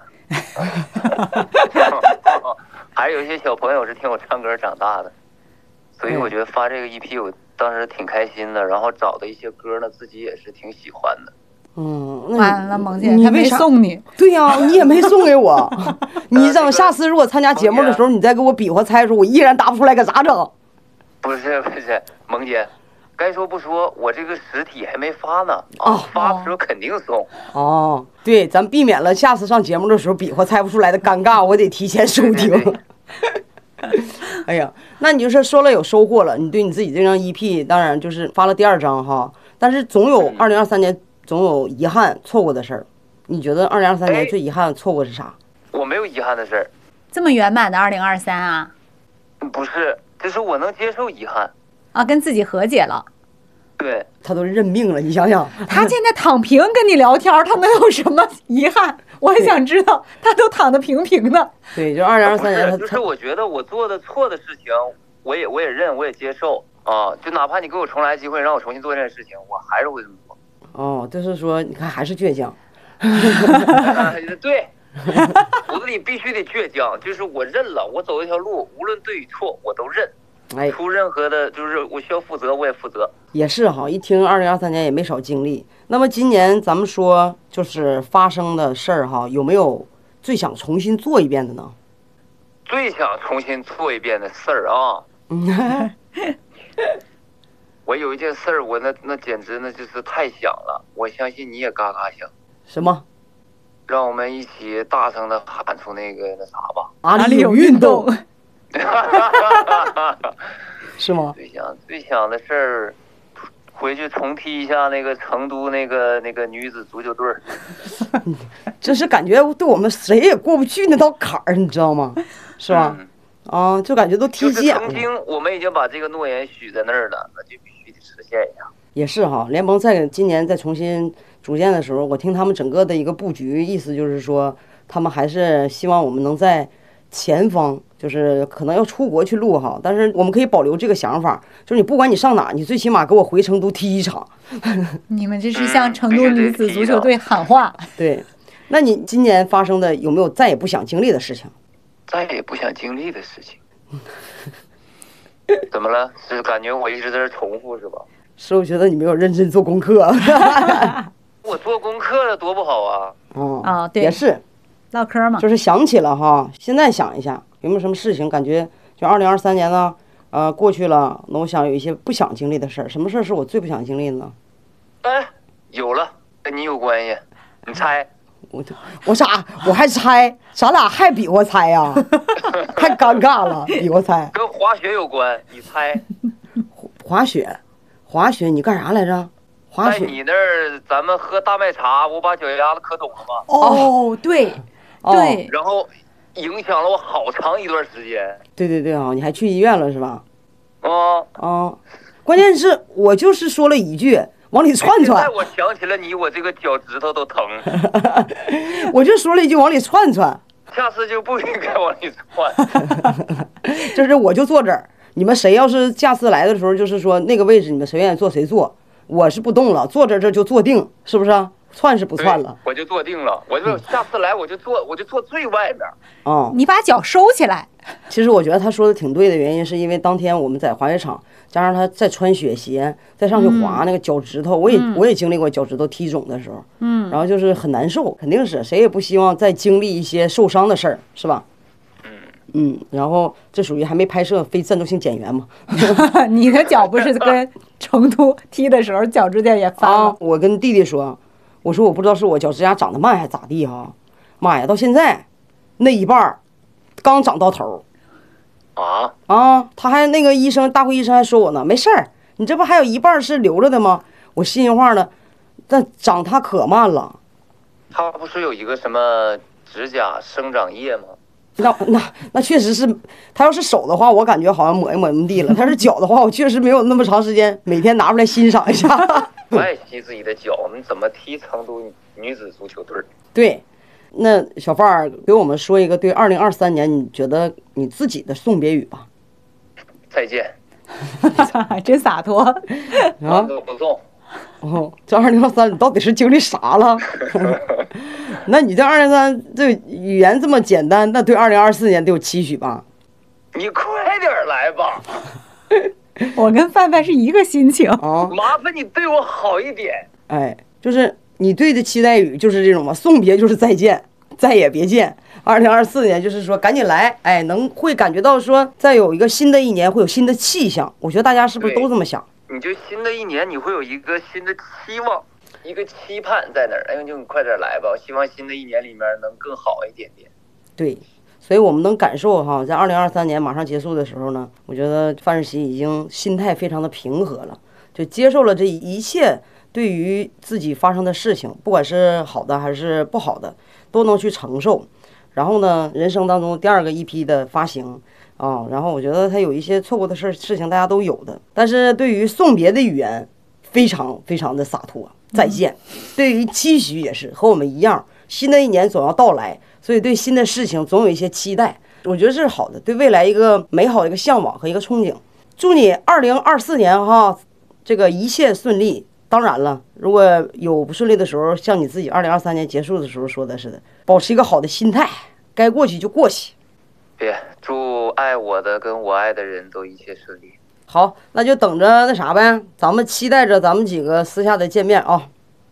还有一些小朋友是听我唱歌长大的，所以我觉得发这个 E P 我当时挺开心的，然后找的一些歌呢，自己也是挺喜欢的。 嗯， 完了，萌姐，他没你为啥送你？ 对呀、你也没送给我。你等下次如果参加节目的时候，你再给我比划猜的时候，我依然答不出来，可咋整？ 不是不是，萌姐，该说不说，我这个实体还没发呢， 哦发的时候肯定送。 哦，对，咱避免了下次上节目的时候比划猜不出来的尴尬，我得提前收听。 对对哎呀，那你就是说了有收获了，你对你自己这张 E P 当然就是发了第二张哈，但是总有二零二三年总有遗憾错过的事儿。你觉得二零二三年最遗憾错过是啥？ 我没有遗憾的事儿。 这么圆满的二零二三啊？ 不是，就是我能接受遗憾啊，跟自己和解了。 对， 他都认命了，你想想， 他现在躺平跟你聊天，他能有什么遗憾？我也想知道，他都躺得平平的。 对，就二零二三年他， 就是我觉得我做的错的事情，我也我也认，我也接受啊。就哪怕你给我重来机会，让我重新做这件事情，我还是会这么做。 哦，就是说，你看还是倔强。 对，骨子里必须得倔强，就是我认了，我走一条路，无论对与错，我都认。 哎， 出任何的，就是我需要负责，我也负责。 也是哈，一听二零二三年也没少经历。那么今年咱们说就是发生的事儿哈，有没有最想重新做一遍的呢？ 最想重新做一遍的事儿啊！我有一件事儿，我那那简直那就是太想了，我相信你也嘎嘎想。 什么？ 让我们一起大声的喊出那个那啥吧！ 哪里有运动？是吗？ 最想最想的事儿，回去重踢一下那个成都那个那个女子足球队儿。 这是感觉对我们谁也过不去那道坎儿，你知道吗？是吧？ 嗯、 啊，就感觉都踢急眼了。 曾经我们已经把这个诺言许在那儿了，那就必须得实现一下。 也是哈，联盟在今年再重新组建的时候，我听他们整个的一个布局，意思就是说，他们还是希望我们能在前方。就是可能要出国去录哈，但是我们可以保留这个想法，就是你不管你上哪，你最起码给我回成都踢一场。 你们这是向成都女子足球队喊话。 对，那你今年发生的有没有再也不想经历的事情？ 再也不想经历的事情。怎么了？是感觉我一直在这重复是吧？ 是我觉得你没有认真做功课。 我做功课了多不好啊！ 哦哦，对， 也是唠嗑嘛， 就是想起了哈，现在想一下。有没有什么事情感觉就二零二三年呢？呃，过去了，那我想有一些不想经历的事儿。什么事儿是我最不想经历的呢？ 哎，有了，跟你有关系。你猜？ 我我啥？我还猜？咱俩还比划猜呀、啊？太尴尬了，比划猜。 跟滑雪有关，你猜？ 滑雪，滑雪，你干啥来着？滑雪。 在你那儿，咱们喝大麦茶，我把脚丫子磕懂了吗？ 哦，对， 哦、 对。 然后。影响了我好长一段时间。 对对对啊，你还去医院了是吧？ 啊啊！关键是我就是说了一句往里窜窜。 现在我想起了你，我这个脚趾头都疼。 我就说了一句往里窜窜。 下次就不应该往里窜。 就是我就坐这儿，你们谁要是下次来的时候，就是说那个位置你们谁愿意坐谁坐，我是不动了，坐这这就坐定，是不是、啊？窜是不窜了， 我就坐定了。我就下次来我就坐，我就坐最外面。 哦， 你把脚收起来。 其实我觉得他说的挺对的，原因是因为当天我们在滑雪场，加上他在穿雪鞋，再上去滑、嗯、那个脚趾头，我也、嗯、我也经历过脚趾头踢肿的时候，嗯，然后就是很难受，肯定是谁也不希望再经历一些受伤的事儿，是吧？ 嗯嗯，然后这属于还没拍摄非战斗性减员嘛？ 你的脚不是跟成都踢的时候脚趾甲也翻了、 啊？我跟弟弟说。我说我不知道是我脚趾甲长得慢还是咋地哈，妈呀，到现在那一半刚长到头啊啊！他还那个医生大会医生还说我呢，没事儿，你这不还有一半是留着的吗？我心里话呢，但长他可慢了。 他不是有一个什么指甲生长液吗？ 那那那确实是，他要是手的话，我感觉好像抹一抹地了；他是脚的话，我确实没有那么长时间每天拿出来欣赏一下。 不爱惜自己的脚，你怎么踢成都女子足球队？ 对，那小范儿给我们说一个对二零二三年你觉得你自己的送别语吧。 再见， 真洒脱。 啊，不送。 哦，这二零二三你到底是经历啥了？那你这二零二三这语言这么简单，那对二零二四年得有期许吧？ 你快点来吧。 我跟范范是一个心情啊， 麻烦你对我好一点。 哎，就是你对的期待语就是这种嘛，送别就是再见，再也别见。二零二四年就是说赶紧来，哎，能会感觉到说再有一个新的一年会有新的气象。我觉得大家是不是都这么想？ 你就新的一年你会有一个新的期望，一个期盼在那儿。哎，就你快点来吧，我希望新的一年里面能更好一点点。 对。所以我们能感受哈，在二零二三年马上结束的时候呢，我觉得范世琦已经心态非常的平和了，就接受了这一切对于自己发生的事情，不管是好的还是不好的，都能去承受。然后呢，人生当中第二个 E P 的发行啊，然后我觉得他有一些错过的事事情，大家都有的。但是对于送别的语言，非常非常的洒脱，再见。对于期许也是和我们一样，新的一年总要到来。所以对新的事情总有一些期待，我觉得这是好的，对未来一个美好的一个向往和一个憧憬。祝你二零二四年哈，这个一切顺利。当然了，如果有不顺利的时候，像你自己二零二三年结束的时候说的似的，保持一个好的心态，该过去就过去。 别，祝爱我的跟我爱的人都一切顺利。 好，那就等着那啥呗，咱们期待着咱们几个私下的见面啊。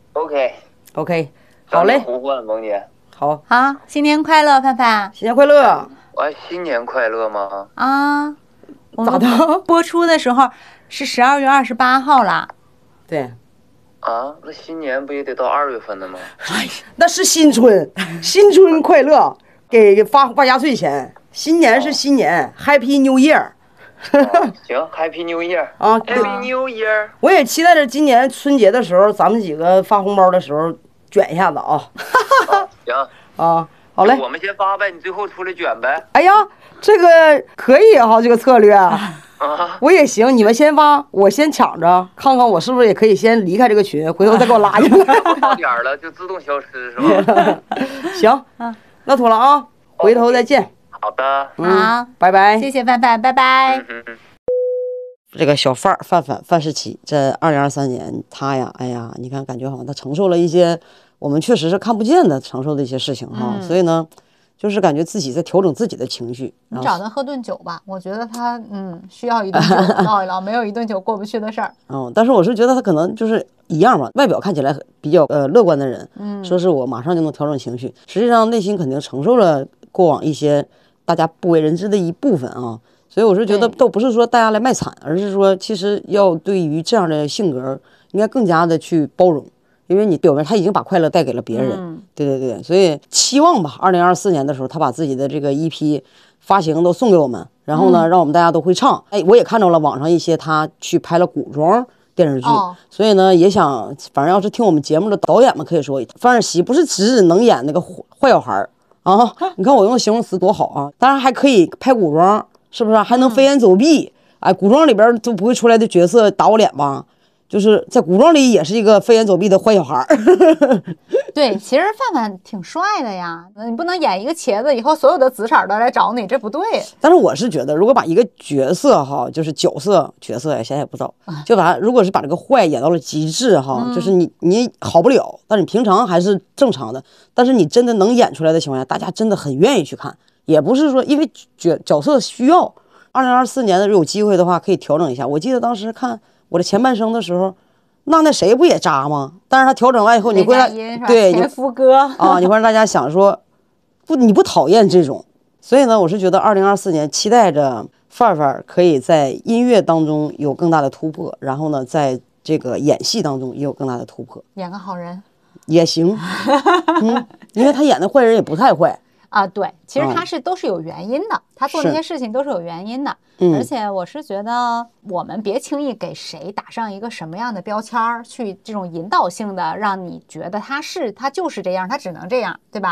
OK OK， 好嘞， 呼唤萌姐。 好， 好，新年快乐，范范！ 新年快乐！ 哎，新年快乐吗？ 啊， 咋的？ 播出的时候是十二月二十八号啦。 对。 啊，那新年不也得到二月份的吗？ 哎，那是新春，新春快乐，给发发压岁钱。新年是新年、哦、，Happy New Year。 哦、行 ，Happy New Year 啊 ，Happy New Year。 我也期待着今年春节的时候，咱们几个发红包的时候卷一下子啊。 哦、行啊，好嘞， 我们先发呗，你最后出来卷呗。 哎呀，这个可以哈，这个策略。 啊， 我也行，你们先发，我先抢着，看看我是不是也可以先离开这个群，回头再给我拉进来。 到点了就自动消失是吧？ 行，那妥了啊，回头再见。 好的， 嗯、 好， 拜拜。 谢谢范范，拜拜。 嗯嗯这个小范儿范范范世琦，这二零二三年他呀，哎呀，你看感觉好像他承受了一些我们确实是看不见的承受的一些事情哈、嗯，所以呢。就是感觉自己在调整自己的情绪。 你找他喝顿酒吧，我觉得他嗯需要一顿酒唠一唠，没有一顿酒过不去的事儿。 嗯，但是我是觉得他可能就是一样吧，外表看起来比较呃乐观的人，嗯，说是我马上就能调整情绪，实际上内心肯定承受了过往一些大家不为人知的一部分啊。所以我是觉得都不是说大家来卖惨，而是说其实要对于这样的性格应该更加的去包容。因为你表面他已经把快乐带给了别人，嗯、对对对，所以期望吧，二零二四年的时候，他把自己的这个 E P 发行都送给我们，然后呢，嗯、让我们大家都会唱。哎，我也看到了网上一些他去拍了古装电视剧，哦、所以呢，也想，反正要是听我们节目的导演们可以说，范世琦不是只能演那个坏小孩啊，你看我用的形容词多好啊，当然还可以拍古装，是不是？还能飞檐走壁，哎，古装里边都不会出来的角色打我脸吧？就是在古装里也是一个飞檐走壁的坏小孩儿。 对，其实范范挺帅的呀，你不能演一个茄子，以后所有的紫色都来找你，这不对。 但是我是觉得，如果把一个角色哈，就是角色角色呀，现在也不知道，就把如果是把这个坏演到了极致哈，嗯、就是你你好不了，但是你平常还是正常的，但是你真的能演出来的情况下，大家真的很愿意去看，也不是说因为角角色需要。二零二四年的有机会的话，可以调整一下。我记得当时看我的前半生的时候，那那谁不也渣吗？但是他调整完以后，你会让对前夫哥啊，你会让大家想说，不，你不讨厌这种。所以呢，我是觉得二零二四年期待着范范可以在音乐当中有更大的突破，然后呢，在这个演戏当中也有更大的突破。 演个好人也行，嗯，因为他演的坏人也不太坏。 啊，对，其实他是都是有原因的，嗯、他做那些事情都是有原因的。嗯、而且我是觉得，我们别轻易给谁打上一个什么样的标签儿，去这种引导性的让你觉得他是他就是这样，他只能这样，对吧？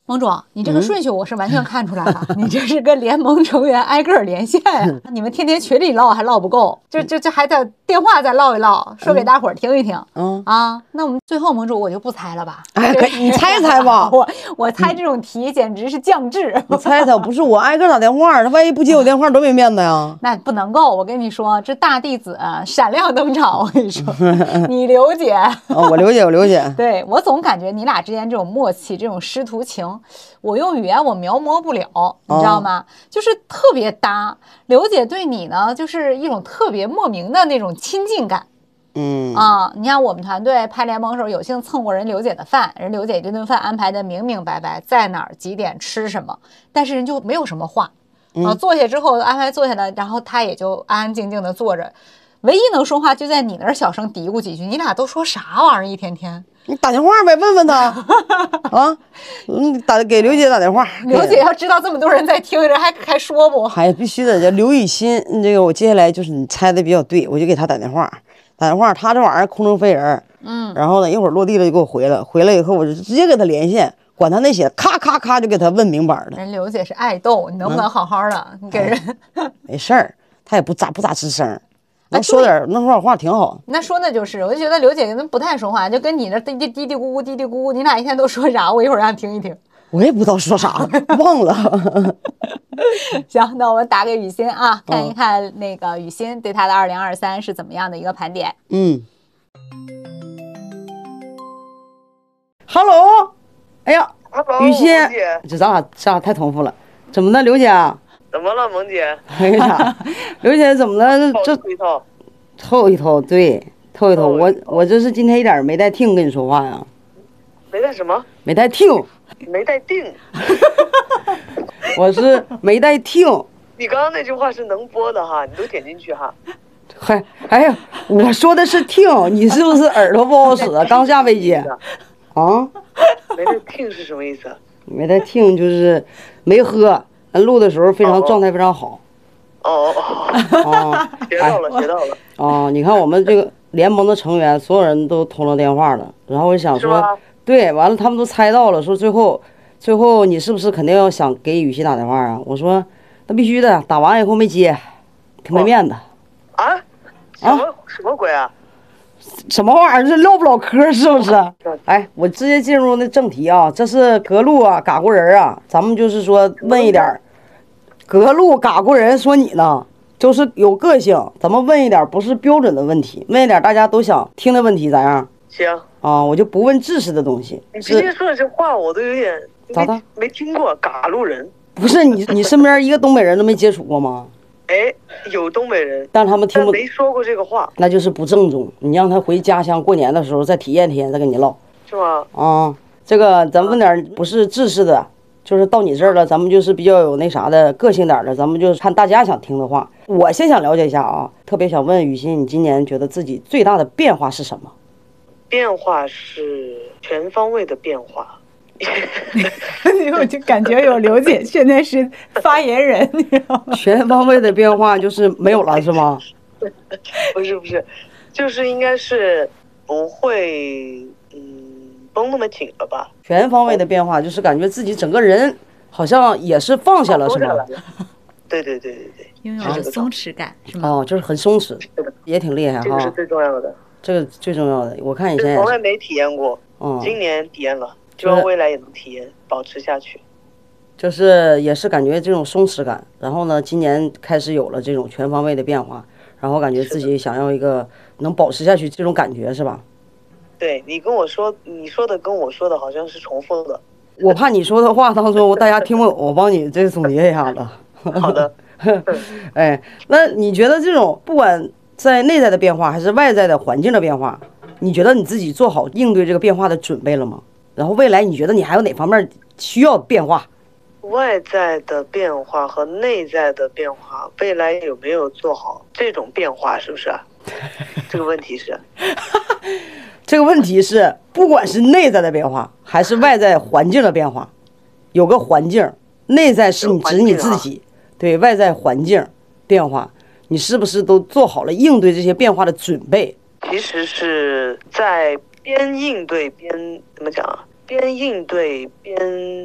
盟主，你这个顺序我是完全看出来了，嗯、你这是跟联盟成员挨个连线呀、啊。你们天天群里唠还唠不够，就就就还得电话再唠一唠，说给大伙儿听一听。嗯啊，那我们最后盟主我就不猜了吧？ 哎，可你猜猜吧。 我我猜这种题简直是降智。 你猜猜，不是我挨个打电话，他万一不接我电话多没面子呀。 那不能够，我跟你说，这大弟子、啊、闪亮登场，我跟你说，你刘姐， 哦，我刘姐，我刘姐， 对我总感觉你俩之间这种默契，这种师徒情。我用语言我描摹不了，你知道吗？哦、就是特别搭。刘姐对你呢，就是一种特别莫名的那种亲近感。 嗯啊，你看我们团队拍联盟的时候，有幸蹭过人刘姐的饭，人刘姐这顿饭安排的明明白白，在哪儿几点吃什么，但是人就没有什么话。啊，坐下之后安排坐下来，然后他也就安安静静的坐着。唯一能说话就在你那儿小声嘀咕几句，你俩都说啥玩意儿？一天天你打电话呗，问问他啊，你打给刘姐打电话。 刘姐要知道这么多人在听着，还还说不？ 还必须的，叫刘雨欣。这个我接下来就是你猜的比较对，我就给他打电话，打电话，他这玩意儿空中飞人，嗯，然后呢一会儿落地了就给我回了，回来以后我就直接给他连线，管他那些，咔咔咔就给他问明白了。 人刘姐是爱逗，你能不能好好的？嗯、你给人、 哎、没事儿，他也不咋不咋吱声。能说点能说点话挺好。 那说的就是，我就觉得刘姐跟他不太说话，就跟你那滴滴滴滴咕咕滴滴咕咕，你俩一天都说啥？我一会儿让你听一听。 我也不知道说啥，忘了。 行，那我们打给雨欣啊，看一看那个雨欣对他的二零二三是怎么样的一个盘点。 嗯。Hello， 哎呀， Hello, 雨欣，这咱俩咱俩太重复了，怎么的，刘姐？ 怎么了，萌姐？ 哎呀，刘姐怎么了？这透一透， 透一透，对，透一透。我我这是今天一点没带听跟你说话呀。 没带什么？ 没带听。 没带定。 我是没带听。 你刚刚那句话是能播的哈，你都点进去哈。 嗨，哎呀，我说的是听，你是不是耳朵不好使啊？刚下飞机。啊？ 没带听是什么意思？ 没带听就是没喝。咱录的时候非常状态非常好。 哦哦哦，学到了学到了。 哦，你看我们这个联盟的成员，所有人都通了电话了，然后我就想说，对，完了他们都猜到了，说最后最后你是不是肯定要想给雨欣打电话啊？我说那必须的，打完以后没接，挺没面子。 啊？什么什么鬼啊？ 什么玩意儿？这唠不唠嗑是不是？哎，我直接进入那正题啊，这是格路啊，嘎咕人啊，咱们就是说问一点，格路嘎咕人说你呢，就是有个性，咱们问一点不是标准的问题，问一点大家都想听的问题，咋样？ 行啊，我就不问知识的东西。 你今天说的这话我都有点咋的？ 没听过嘎路人。 不是你，你身边一个东北人都没接触过吗？ 哎，有东北人， 但他们听不， 没说过这个话， 那就是不正宗。你让他回家乡过年的时候再体验体验，再跟你唠， 是吗？ 啊，这个咱问点不是知识的，就是到你这儿了，咱们就是比较有那啥的个性点的，咱们就看大家想听的话。我先想了解一下啊，特别想问雨欣，你今年觉得自己最大的变化是什么？ 变化是全方位的变化。 我就感觉有刘姐现在是发言人，你知道吗？ 全方位的变化就是没有了，是吗？ 不是不是，就是应该是不会嗯绷那么紧了吧？ 全方位的变化就是感觉自己整个人好像也是放下了，是吗？ 对对对对对， 拥有了松弛感，是吗？ 哦，就是很松弛，也挺厉害哈。 这个是最重要的， 这个最重要的。我看以前从来没体验过， 嗯， 今年体验了。希望未来也能体验，保持下去。 就是也是感觉这种松弛感，然后呢，今年开始有了这种全方位的变化，然后感觉自己想要一个能保持下去这种感觉，是吧？ 对，你跟我说，你说的跟我说的好像是重复的。 我怕你说的话当中大家听不懂，我帮你这总结一下子。 好的。 哎，那你觉得这种不管在内在的变化还是外在的环境的变化，你觉得你自己做好应对这个变化的准备了吗？然后未来你觉得你还有哪方面需要变化？ 外在的变化和内在的变化，未来有没有做好这种变化？是不是？这个问题是， 这个问题是，不管是内在的变化还是外在环境的变化，有个环境，内在是你指你自己，对外在环境变化，你是不是都做好了应对这些变化的准备？ 其实是在边应对边怎么讲啊？边应对边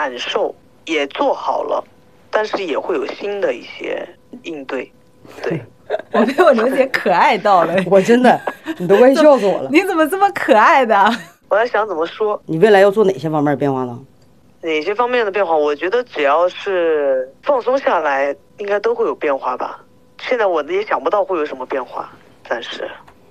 感受也做好了，但是也会有新的一些应对。对， 我被我刘姐可爱到了， 我真的，你都快笑死我了。 你怎么这么可爱的？ 我在想怎么说。 你未来要做哪些方面的变化呢？ 哪些方面的变化？我觉得只要是放松下来，应该都会有变化吧。现在我也想不到会有什么变化，暂时。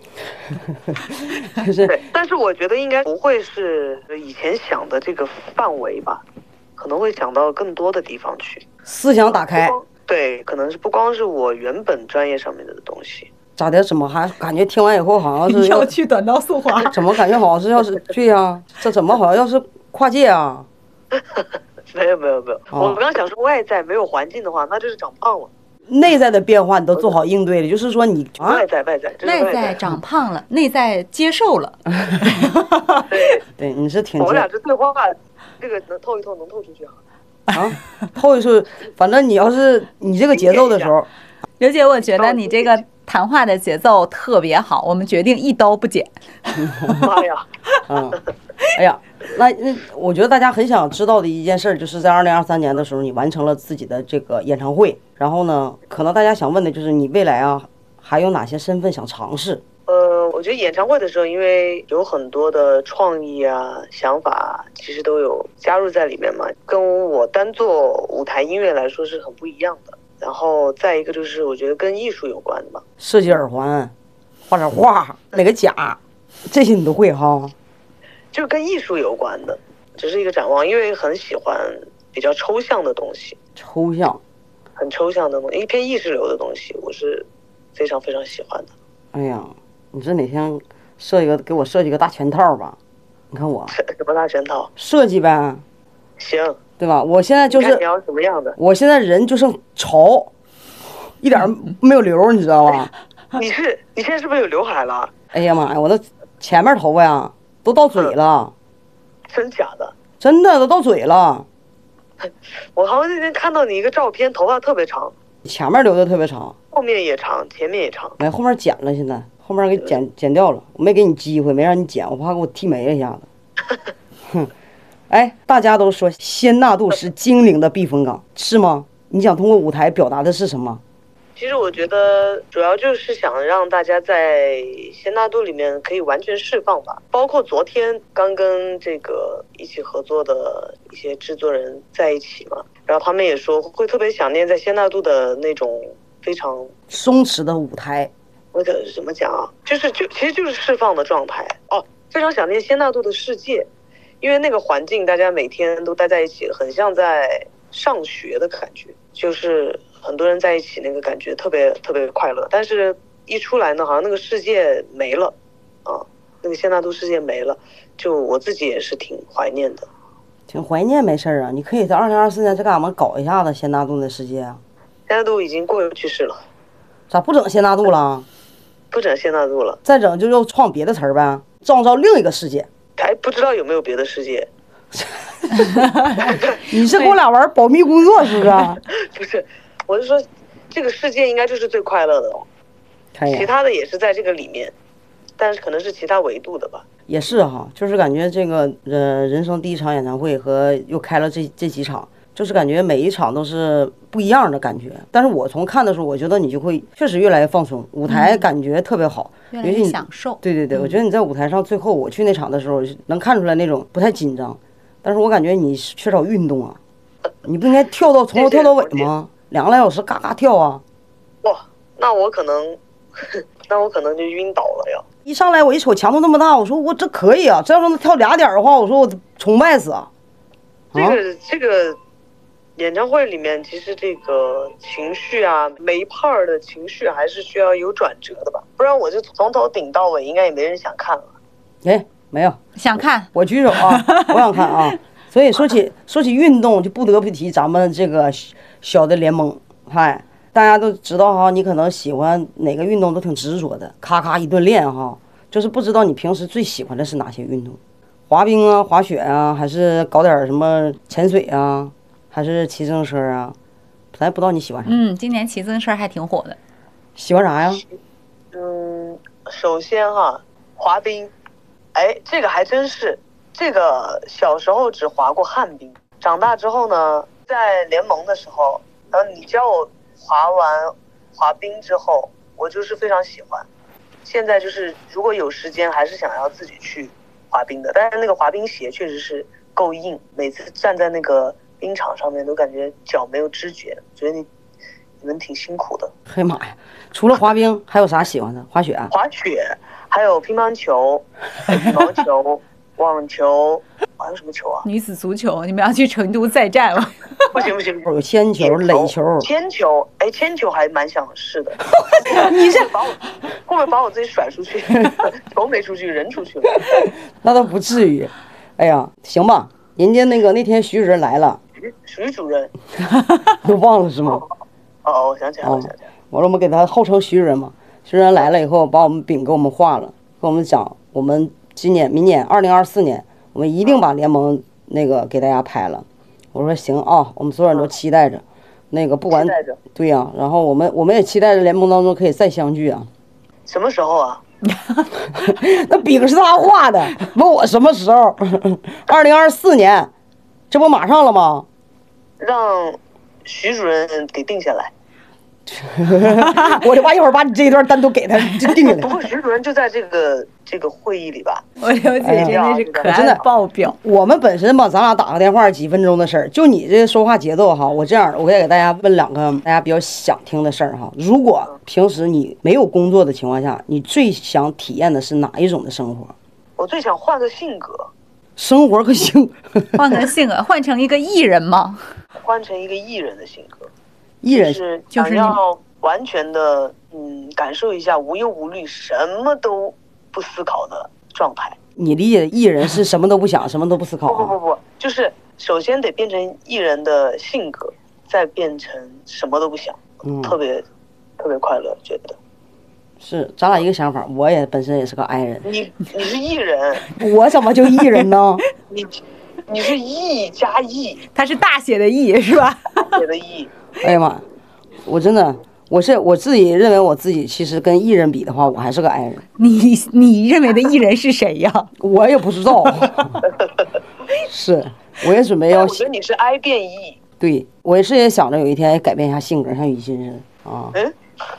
就是对，但是我觉得应该不会是以前想的这个范围吧，可能会想到更多的地方去。 思想打开。 对，可能是不光是我原本专业上面的东西。 咋的？怎么还感觉听完以后好像是要去短道速滑？ 怎么感觉好像是要是对呀、啊？这怎么好像要是跨界啊？ 没有没有没有，哦、我刚想说外在没有环境的话，那就是长胖了。 内在的变化你都做好应对了，就是说你、 啊、外在外在， 外在长胖了，内在接受了。 对对，你是挺。 我们俩这对话，这个能透一透，能透出去啊。 啊，透一透，反正你要是你这个节奏的时候， 刘姐，我觉得你这个谈话的节奏特别好，我们决定一刀不剪。 妈呀！ 嗯，哎呀，那那我觉得大家很想知道的一件事，就是在二零二三年的时候，你完成了自己的这个演唱会，然后呢，可能大家想问的就是你未来啊，还有哪些身份想尝试？ 呃，我觉得演唱会的时候，因为有很多的创意啊、想法，其实都有加入在里面嘛，跟我单做舞台音乐来说是很不一样的。然后再一个就是，我觉得跟艺术有关的嘛， 设计耳环、画点画、哪个甲，这些你都会哈？ 就跟艺术有关的，只是一个展望，因为很喜欢比较抽象的东西。 抽象， 很抽象的东西，一篇意识流的东西，我是非常非常喜欢的。 哎呀。你这哪天设计个给我设计个大全套吧？你看我什么大全套？ 设计呗。 行， 对吧？我现在就是你要什么样的？ 我现在人就剩潮，一点没有留，你知道吧？ 你是你现在是不是有刘海了？ 哎呀妈呀，我的前面头发呀都到嘴了。 嗯、真假的？ 真的都到嘴了。 我好像那天看到你一个照片，头发特别长， 前面留的特别长， 后面也长，前面也长。 没，后面剪了，现在。后面给剪剪掉了，我没给你机会，没让你剪，我怕给我剃没了一下子。哼，哎，大家都说仙纳度是精灵的避风港，是吗？你想通过舞台表达的是什么？ 其实我觉得主要就是想让大家在仙纳度里面可以完全释放吧。包括昨天刚跟这个一起合作的一些制作人在一起嘛，然后他们也说会特别想念在仙纳度的那种非常松弛的舞台。 我怎怎么讲啊？就是就其实就是释放的状态哦，非常想念仙纳度的世界，因为那个环境大家每天都待在一起，很像在上学的感觉，就是很多人在一起那个感觉特别特别快乐。但是一出来呢，好像那个世界没了啊，那个仙纳度世界没了，就我自己也是挺怀念的。 挺怀念没事啊，你可以在二零二四年再干嘛搞一下子仙纳度的世界啊。 仙纳度已经过去式了， 咋不整仙纳度了？ 不整仙纳度了， 再整就要创别的词儿呗，创造另一个世界。 还不知道有没有别的世界。 你是跟我俩玩保密工作是不是？ 不是，我是说，这个世界应该就是最快乐的哦。其他的也是在这个里面，但是可能是其他维度的吧。 也是哈，就是感觉这个呃人生第一场演唱会和又开了这这几场。就是感觉每一场都是不一样的感觉，但是我从看的时候，我觉得你就会确实越来越放松，舞台感觉特别好， 越来越享受。 对对对，我觉得你在舞台上最后我去那场的时候，能看出来那种不太紧张，但是我感觉你缺少运动啊，你不应该跳到从头跳到尾吗？两个来小时嘎嘎跳啊！ 哇，那我可能，那我可能就晕倒了呀。 一上来我一瞅强度那么大，我说我这可以啊，这要是能跳俩点的话，我说我崇拜死啊！ 这个这个。演唱会里面其实这个情绪啊，每一 part 的情绪还是需要有转折的吧，不然我就从头顶到尾，应该也没人想看了。 哎，没有想看， 我举手啊，我想看啊。所以说起说起运动，就不得不提咱们这个小的联盟。嗨，大家都知道哈，你可能喜欢哪个运动都挺执着的，咔咔一顿练哈，就是不知道你平时最喜欢的是哪些运动，滑冰啊、滑雪啊，还是搞点什么潜水啊？还是骑自行车啊？咱也不知道你喜欢啥。 嗯，今年骑自行车还挺火的。 喜欢啥呀？ 嗯，首先哈，滑冰，哎，这个还真是，这个小时候只滑过旱冰， 长大之后呢，在联盟的时候，然后你教我滑完滑冰之后，我就是非常喜欢。现在就是如果有时间，还是想要自己去滑冰的。但是那个滑冰鞋确实是够硬，每次站在那个冰场上面都感觉脚没有知觉，觉得你你们挺辛苦的。 嘿妈呀！除了滑冰，还有啥喜欢的？滑雪、啊？ 滑雪，还有乒乓球、羽毛球、网球，还有什么球啊？ 女子足球，你们要去成都再战吗？ 不行不行， 有铅球、垒球、 铅球，哎，铅球还蛮想试的。你是把我会不会把我自己甩出去？球没出去，人出去了。 那倒不至于。哎呀，行吧，人家那个那天徐主任来了。 徐主任， 都忘了是吗？ 哦，我想起来了，我想起来了。 完了，我们给他号称徐主任嘛。徐主任来了以后，把我们饼给我们画了，跟我们讲，我们今年、明年二零二四年，我们一定把联盟那个给大家拍了。我说行啊，我们所有人都期待着，那个不管对呀、啊，然后我们我们也期待着联盟当中可以再相聚啊。 什么时候啊？ 那饼是他画的，问我什么时候？二零二四年，这不马上了吗？ 让徐主任给定下来。 我就把一会儿把你这一段单独给他就定下来。 不过徐主任就在这个这个会议里吧？ 我了解，真的是可爱的爆表。 我们本身吧，咱俩打个电话几分钟的事儿，就你这说话节奏哈，我这样，我也给大家问两个大家比较想听的事儿哈。如果平时你没有工作的情况下，你最想体验的是哪一种的生活？ 我最想换个性格。 生活和性格， 换个性格，换成一个艺人吗？ 换成一个艺人的性格。 艺人是想要完全的嗯感受一下无忧无虑、什么都不思考的状态。 你理解的艺人是什么都不想、什么都不思考、啊？ 不不不不，就是首先得变成艺人的性格，再变成什么都不想，嗯、特别特别快乐，觉得。 是，咱俩一个想法。我也本身也是个 I 人。 你你是艺人， 我怎么就艺人呢？ 你你是艺加艺， 他是大写的艺是吧？ 大写的艺。 哎呀妈，我真的，我是我自己认为我自己其实跟艺人比的话，我还是个 I 人。 你你认为的艺人是谁呀？ 我也不知道。是，我也准备要。 我觉得你是 I 变 E。 对，我也是也想着有一天改变一下性格，像雨欣似的啊。 嗯。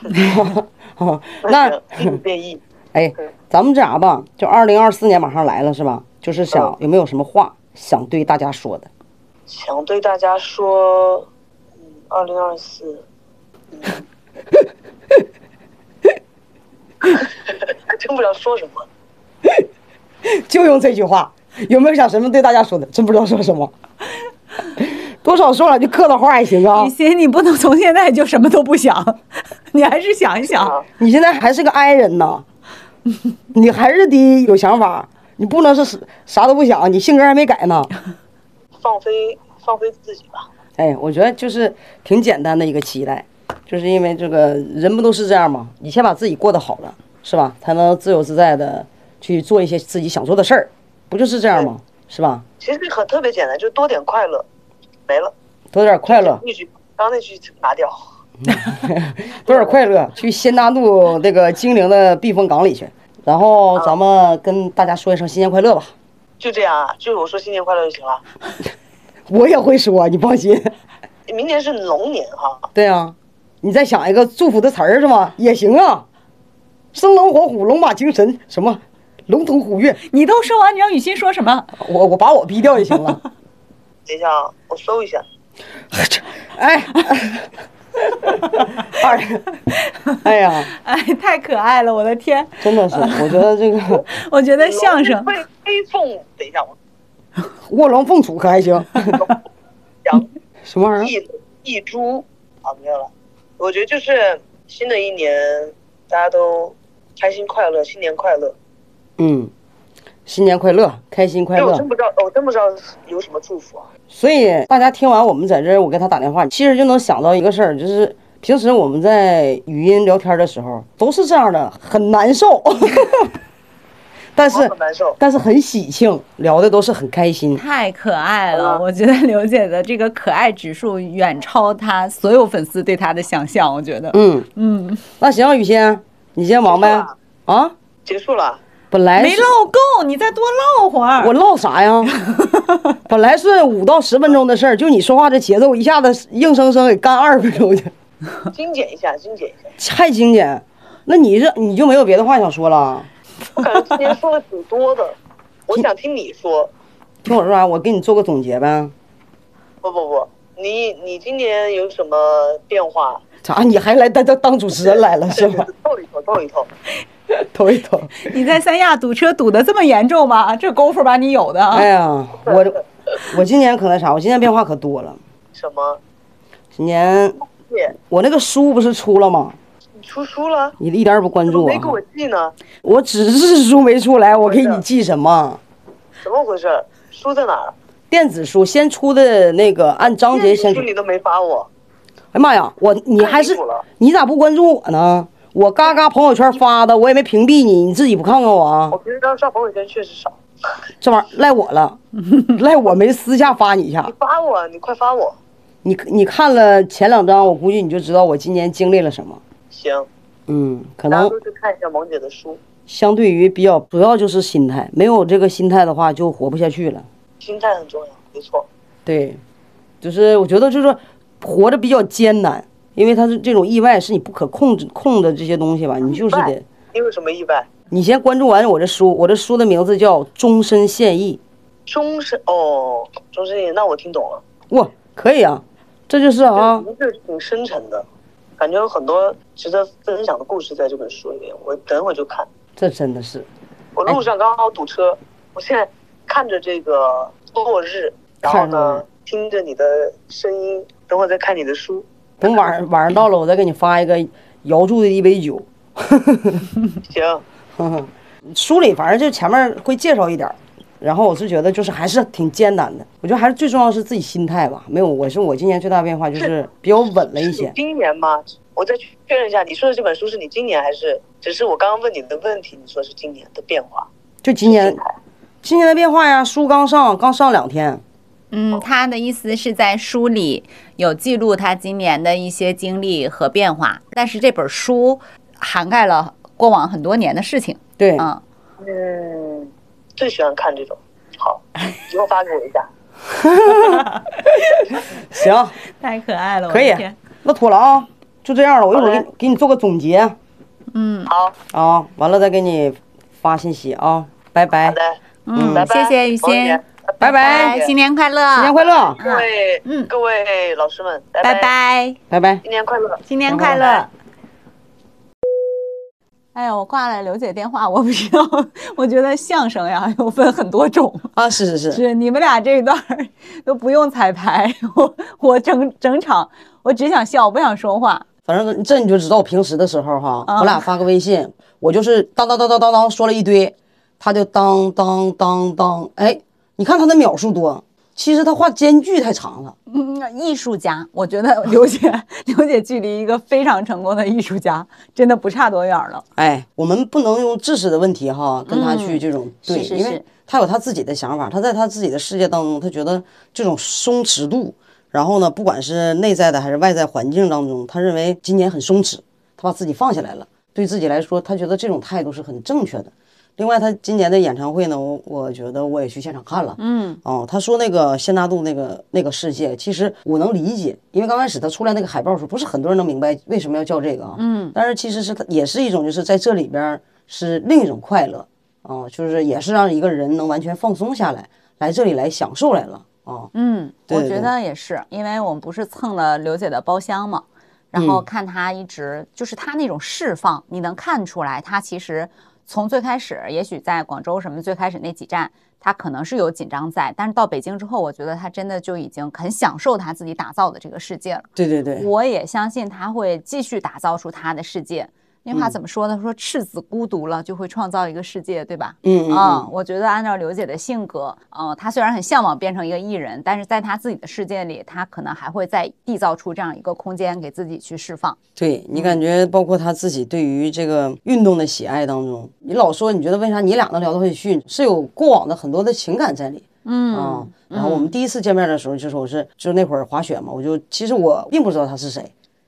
那变 E。 哎，咱们这啥吧？就二零二四年马上来了是吧？就是想有没有什么话想对大家说的？ 想对大家说。二零二四，还真不知道说什么， 就用这句话。有没有想什么对大家说的？真不知道说什么。多少说两句客套话也行啊。 雨欣，你不能从现在就什么都不想，你还是想一想。 你现在还是个 I 人呢，你还是得有想法，你不能是啥都不想，你性格还没改呢。 放飞放飞自己吧。 哎，我觉得就是挺简单的一个期待，就是因为这个人不都是这样吗？你先把自己过得好了，是吧？才能自由自在的去做一些自己想做的事儿，不就是这样吗？是吧？ 其实很特别简单，就多点快乐，没了。 多点快乐。 那句，刚刚那句拿掉。 多点快乐，去仙大渡这个精灵的避风港里去。然后咱们跟大家说一声新年快乐吧。 就这样啊，就我说新年快乐就行了。 我也会说，你放心。 明年是龙年哈。 对啊，你再想一个祝福的词儿是吗？也行啊。生龙活虎，龙马精神，什么龙腾虎跃。 你都说完，你让雨欣说什么？ 我我把我逼掉就行了。 等一下，我搜一下。 哎。二，哎呀， 哎，太可爱了，我的天！ 真的是，我觉得这个， 我觉得相声飞飞凤，等一下我。 卧龙凤雏可还行？ 羊什么玩意儿？ 一一株啊，没有了。我觉得就是新的一年，大家都开心快乐，新年快乐。 嗯，新年快乐，开心快乐。 我真不知道，我真不知道有什么祝福啊。 所以大家听完我们在这儿，我给他打电话，其实就能想到一个事儿，就是平时我们在语音聊天的时候都是这样的，很难受。但是但是很喜庆，聊的都是很开心， 太可爱了。我觉得刘姐的这个可爱指数远超她所有粉丝对她的想象。我觉得， 嗯嗯， 那行，雨欣，你先忙呗。啊， 结束了。 本来没唠够，你再多唠会儿。 我唠啥呀？本来是五到十分钟的事儿，就你说话这节奏，一下子硬生生给干二十分钟去。 精简一下，精简一下。 太精简，那你这你就没有别的话想说了？ 我感觉今天说的挺多的，我想听你说。 听我说啥？我给你做个总结呗。 不不不，你你今年有什么变化？ 啥？你还来当当当主持人来了是吧？ 透一透，透一透。 透一透。 你在三亚堵车堵得这么严重吗？这功夫把你有的。 哎呀，我我今年可那啥，我今年变化可多了。 什么？ 今年我那个书不是出了吗？ 你出书了？ 你一点也不关注啊？ 没给我寄呢。 我纸质书没出来，我给你寄什么？ 怎么回事？书在哪儿？ 电子书先出的那个，按章节先出。 你都没发我。 哎妈呀，我你还是你咋不关注我呢？我嘎嘎朋友圈发的，我也没屏蔽你，你自己不看看我啊？ 我平时刚刷朋友圈确实少。 这玩意儿赖我了，赖我没私下发你一下。 你发我，你快发我。 你你看了前两章，我估计你就知道我今年经历了什么。 行。 嗯，可能。 大家都去看一下萌姐的书。 相对于比较主要就是心态，没有这个心态的话就活不下去了。 心态很重要，没错。 对，就是我觉得就是活着比较艰难。因为它是这种意外，是你不可控制控的这些东西吧，你就是得。 因为什么意外？ 你先关注完我这书，我这书的名字叫《终身献艺》。 终身哦，终身献艺，那我听懂了。 哇，可以啊，这就是啊， 名字挺深沉的，感觉有很多值得分享的故事在这本书里面。我等会就看。 这真的是。 我路上刚好堵车，我现在看着这个落日，然后呢，听着你的声音，等会再看你的书。 等晚上晚上到了，我再给你发一个姚柱的一杯酒。 行。 书里反正就前面会介绍一点，然后我是觉得就是还是挺艰难的。我觉得还是最重要的是自己心态吧。没有，我是我今年最大的变化就是比较稳了一些。 今年吗？我再确认一下，你说的这本书是你今年还是只是我刚刚问你的问题？你说是今年的变化？ 就今年，今年的变化呀。书刚上，刚上两天。 嗯，他的意思是在书里有记录他今年的一些经历和变化，但是这本书涵盖了过往很多年的事情。 对， 嗯嗯，最喜欢看这种。好，以后发给我一下。 行， 太可爱了， 可以，那妥了啊，就这样了。我一会儿给给你做个总结。 嗯， 好啊，完了再给你发信息啊，拜拜。 好的， 嗯， 拜拜， 谢谢雨欣。 拜拜， 新年快乐！ 新年快乐！ 各位，嗯，各位老师们，拜拜拜， 拜拜， 新年快乐， 新年快乐！哎呀，我挂了刘姐电话，我不知道，我觉得相声呀有分很多种啊，是是是， 是你们俩这一段都不用彩排，我我整整场我只想笑，不想说话。 反正这你就知道，我平时的时候哈，啊、我俩发个微信，我就是当当当当当当说了一堆，他就当当当当，哎。你看他的秒数多，其实他画间距太长了。 嗯，艺术家，我觉得刘姐，刘姐距离一个非常成功的艺术家，真的不差多远了。 哎，我们不能用知识的问题哈跟他去这种、嗯、对， 是是是， 因为他有他自己的想法，他在他自己的世界当中，他觉得这种松弛度，然后呢，不管是内在的还是外在环境当中，他认为今年很松弛，他把自己放下来了，对自己来说，他觉得这种态度是很正确的。另外，他今年的演唱会呢，我我觉得我也去现场看了， 嗯， 哦，他说那个仙大度那个那个世界，其实我能理解，因为刚开始他出来那个海报的时候，不是很多人能明白为什么要叫这个啊， 嗯， 但是其实是他也是一种，就是在这里边是另一种快乐啊，就是也是让一个人能完全放松下来，来这里来享受来了啊， 嗯， 对对对， 我觉得也是，因为我们不是蹭了刘姐的包厢嘛，然后看她一直、嗯、就是她那种释放，你能看出来，她其实。从最开始，也许在广州什么最开始那几站，他可能是有紧张在，但是到北京之后，我觉得他真的就已经很享受他自己打造的这个世界了。 对对对， 我也相信他会继续打造出他的世界。那句话怎么说呢？说赤子孤独了，就会创造一个世界，对吧？ 嗯嗯、 啊，我觉得按照刘姐的性格，呃，她虽然很向往变成一个艺人，但是在她自己的世界里，她可能还会再缔造出这样一个空间给自己去释放。 对，你感觉包括她自己对于这个运动的喜爱当中，你老说你觉得为啥你俩能聊到一起，是有过往的很多的情感在里。 嗯啊，然后我们第一次见面的时候，就是我是就是那会儿滑雪嘛，我就其实我并不知道他是谁。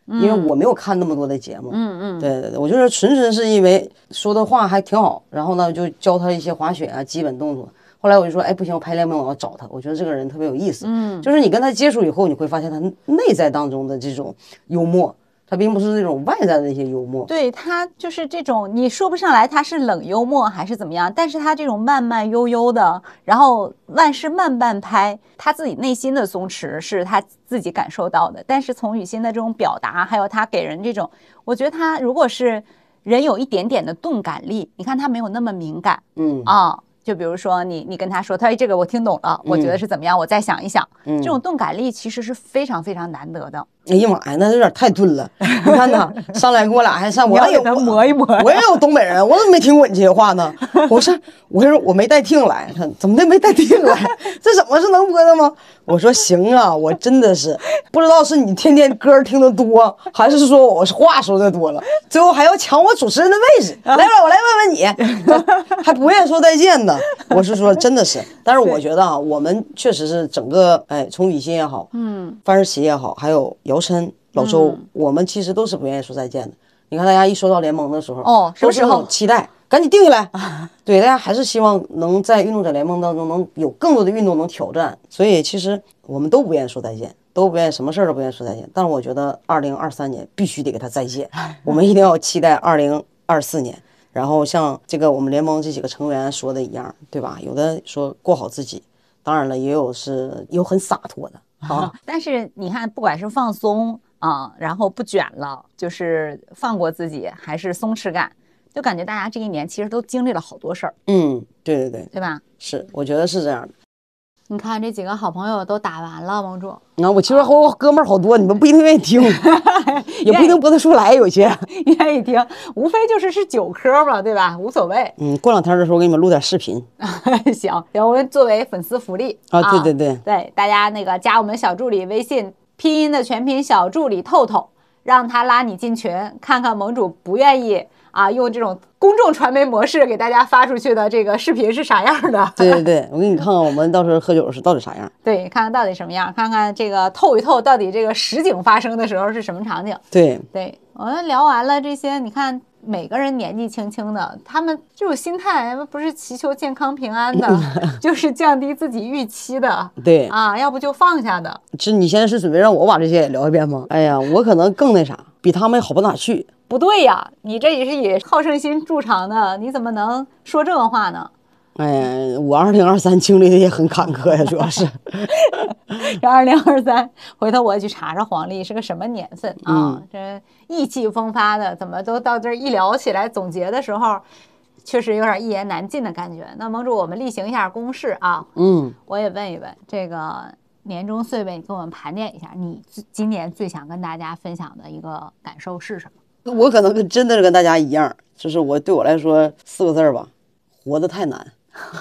因为我没有看那么多的节目。 嗯嗯， 对对对，我就是纯纯是因为说的话还挺好，然后呢就教他一些滑雪啊基本动作。后来我就说，哎，不行，我拍联盟我要找他，我觉得这个人特别有意思。嗯，就是你跟他接触以后，你会发现他内在当中的这种幽默。他并不是那种外在的一些幽默， 对他就是这种，你说不上来他是冷幽默还是怎么样，但是他这种慢慢悠悠的，然后万事慢半拍，他自己内心的松弛是他自己感受到的，但是从雨欣的这种表达，还有他给人这种，我觉得他如果是人有一点点的钝感力，你看他没有那么敏感， 嗯啊。就比如说你，你跟他说，他说这个我听懂了，我觉得是怎么样，我再想一想。 嗯， 这种钝感力其实是非常非常难得的。 哎呀妈呀，那有点太钝了！你看他上来跟我俩还上，我也给磨一磨。 我也有东北人，我怎么没听过你这些话呢？我说，我说我没带听来，他怎么的没带听来？这怎么是能播的吗？我说行啊，我真的是不知道是你天天歌听得多，还是说我是话说的多了，最后还要抢我主持人的位置。来吧，我来问问你，还不愿意说再见呢。我是说真的是，但是我觉得啊，我们确实是整个哎，从雨欣也好，嗯，范世琦也好，还有姚琛、老周，嗯、我们其实都是不愿意说再见的。你看大家一说到联盟的时候， 哦，什么时候期待？赶紧定下来。对，大家还是希望能在运动者联盟当中能有更多的运动能挑战，所以其实我们都不愿意说再见，都不愿意什么事儿都不愿意说再见。但是我觉得二零二三年必须得给他再见，我们一定要期待二零二四年。然后像这个我们联盟这几个成员说的一样，对吧？有的说过好自己，当然了，也有是有很洒脱的啊。 但是你看，不管是放松啊，然后不卷了，就是放过自己，还是松弛感，就感觉大家这一年其实都经历了好多事儿。 嗯，对对对， 对吧？ 是，我觉得是这样的。 你看这几个好朋友都打完了，盟主。 啊，我其实我哥们儿好多，你们不一定愿意听，也不一定播得出来，有些愿意听，无非就是是九科嘛，对吧？无所谓。 嗯，过两天的时候给你们录点视频。 行，行，我们作为粉丝福利啊，对对对对，大家那个加我们小助理微信，拼音的全拼小助理透透，让他拉你进群，看看盟主不愿意。啊，用这种公众传媒模式给大家发出去的这个视频是啥样的？ 对对对，我给你看看，我们到时候喝酒是到底啥样？ 对，看看到底什么样，看看这个透一透，到底这个实景发生的时候是什么场景？ 对对，我们聊完了这些，你看每个人年纪轻轻的，他们这种心态不是祈求健康平安的，就是降低自己预期的。 对啊，要不就放下的。 是你现在是准备让我把这些也聊一遍吗？哎呀，我可能更那啥，比他们好不哪去。 不对呀，你这也是以好胜心著称的，你怎么能说这个话呢？ 哎呀，我二零二三经历的也很坎坷呀，主要是。 这二零二三，回头我去查查黄历是个什么年份啊？嗯、这意气风发的，怎么都到这儿一聊起来，总结的时候，确实有点一言难尽的感觉。那盟主，我们例行一下公事啊。 嗯， 我也问一问这个年终岁尾，你跟我们盘点一下，你今年最想跟大家分享的一个感受是什么？ 我可能跟真的是跟大家一样，就是我对我来说四个字儿吧，活得太难，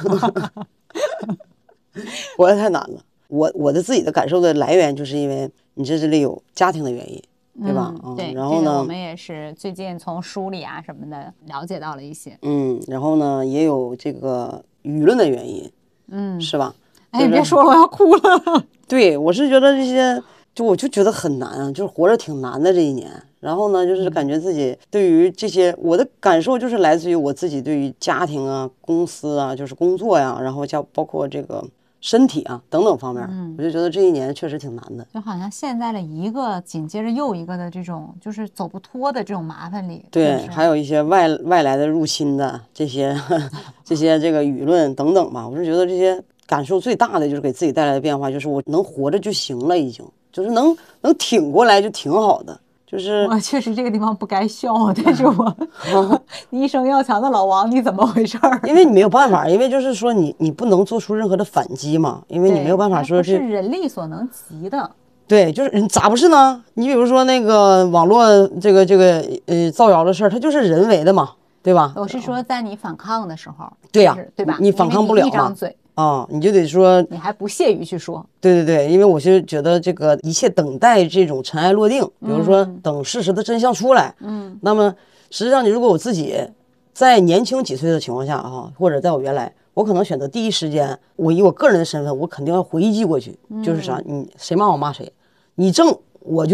活得太难了。我我的自己的感受的来源，就是因为你这这里有家庭的原因，对吧？ 嗯，对。 然后呢， 这个我们也是最近从书里啊什么的了解到了一些。 嗯，然后呢，也有这个舆论的原因， 嗯， 是吧？ 哎，你别说了，我要哭了。 对，我是觉得这些，就我就觉得很难啊，就是活着挺难的这一年。然后呢，就是感觉自己对于这些，我的感受就是来自于我自己对于家庭啊、公司啊，就是工作呀，然后加包括这个身体啊等等方面， 嗯， 我就觉得这一年确实挺难的， 就好像陷在了一个紧接着又一个的这种就是走不脱的这种麻烦里。 对，还有一些外外来的入侵的这些这些这个舆论等等吧，我是觉得这些感受最大的就是给自己带来的变化，就是我能活着就行了，已经就是能能挺过来就挺好的。就是我确实这个地方不该笑，但是我一生要强的老王，你怎么回事儿？ 因为你没有办法，因为就是说你你不能做出任何的反击嘛，因为你没有办法说不是人力所能及的。 对，就是人咋不是呢？你比如说那个网络这个这个呃造谣的事儿，它就是人为的嘛，对吧？ 我是说在你反抗的时候， 对呀、 就是，对吧？ 你反抗不了嘛， 一张嘴啊，你就得说， 你还不屑于去说。 对对对，因为我是觉得这个一切等待这种尘埃落定，比如说等事实的真相出来， 嗯， 那么实际上你如果我自己在年轻几岁的情况下啊，或者在我原来，我可能选择第一时间，我以我个人的身份，我肯定要回击过去， 嗯、 就是啥，你谁骂我骂谁，你正我就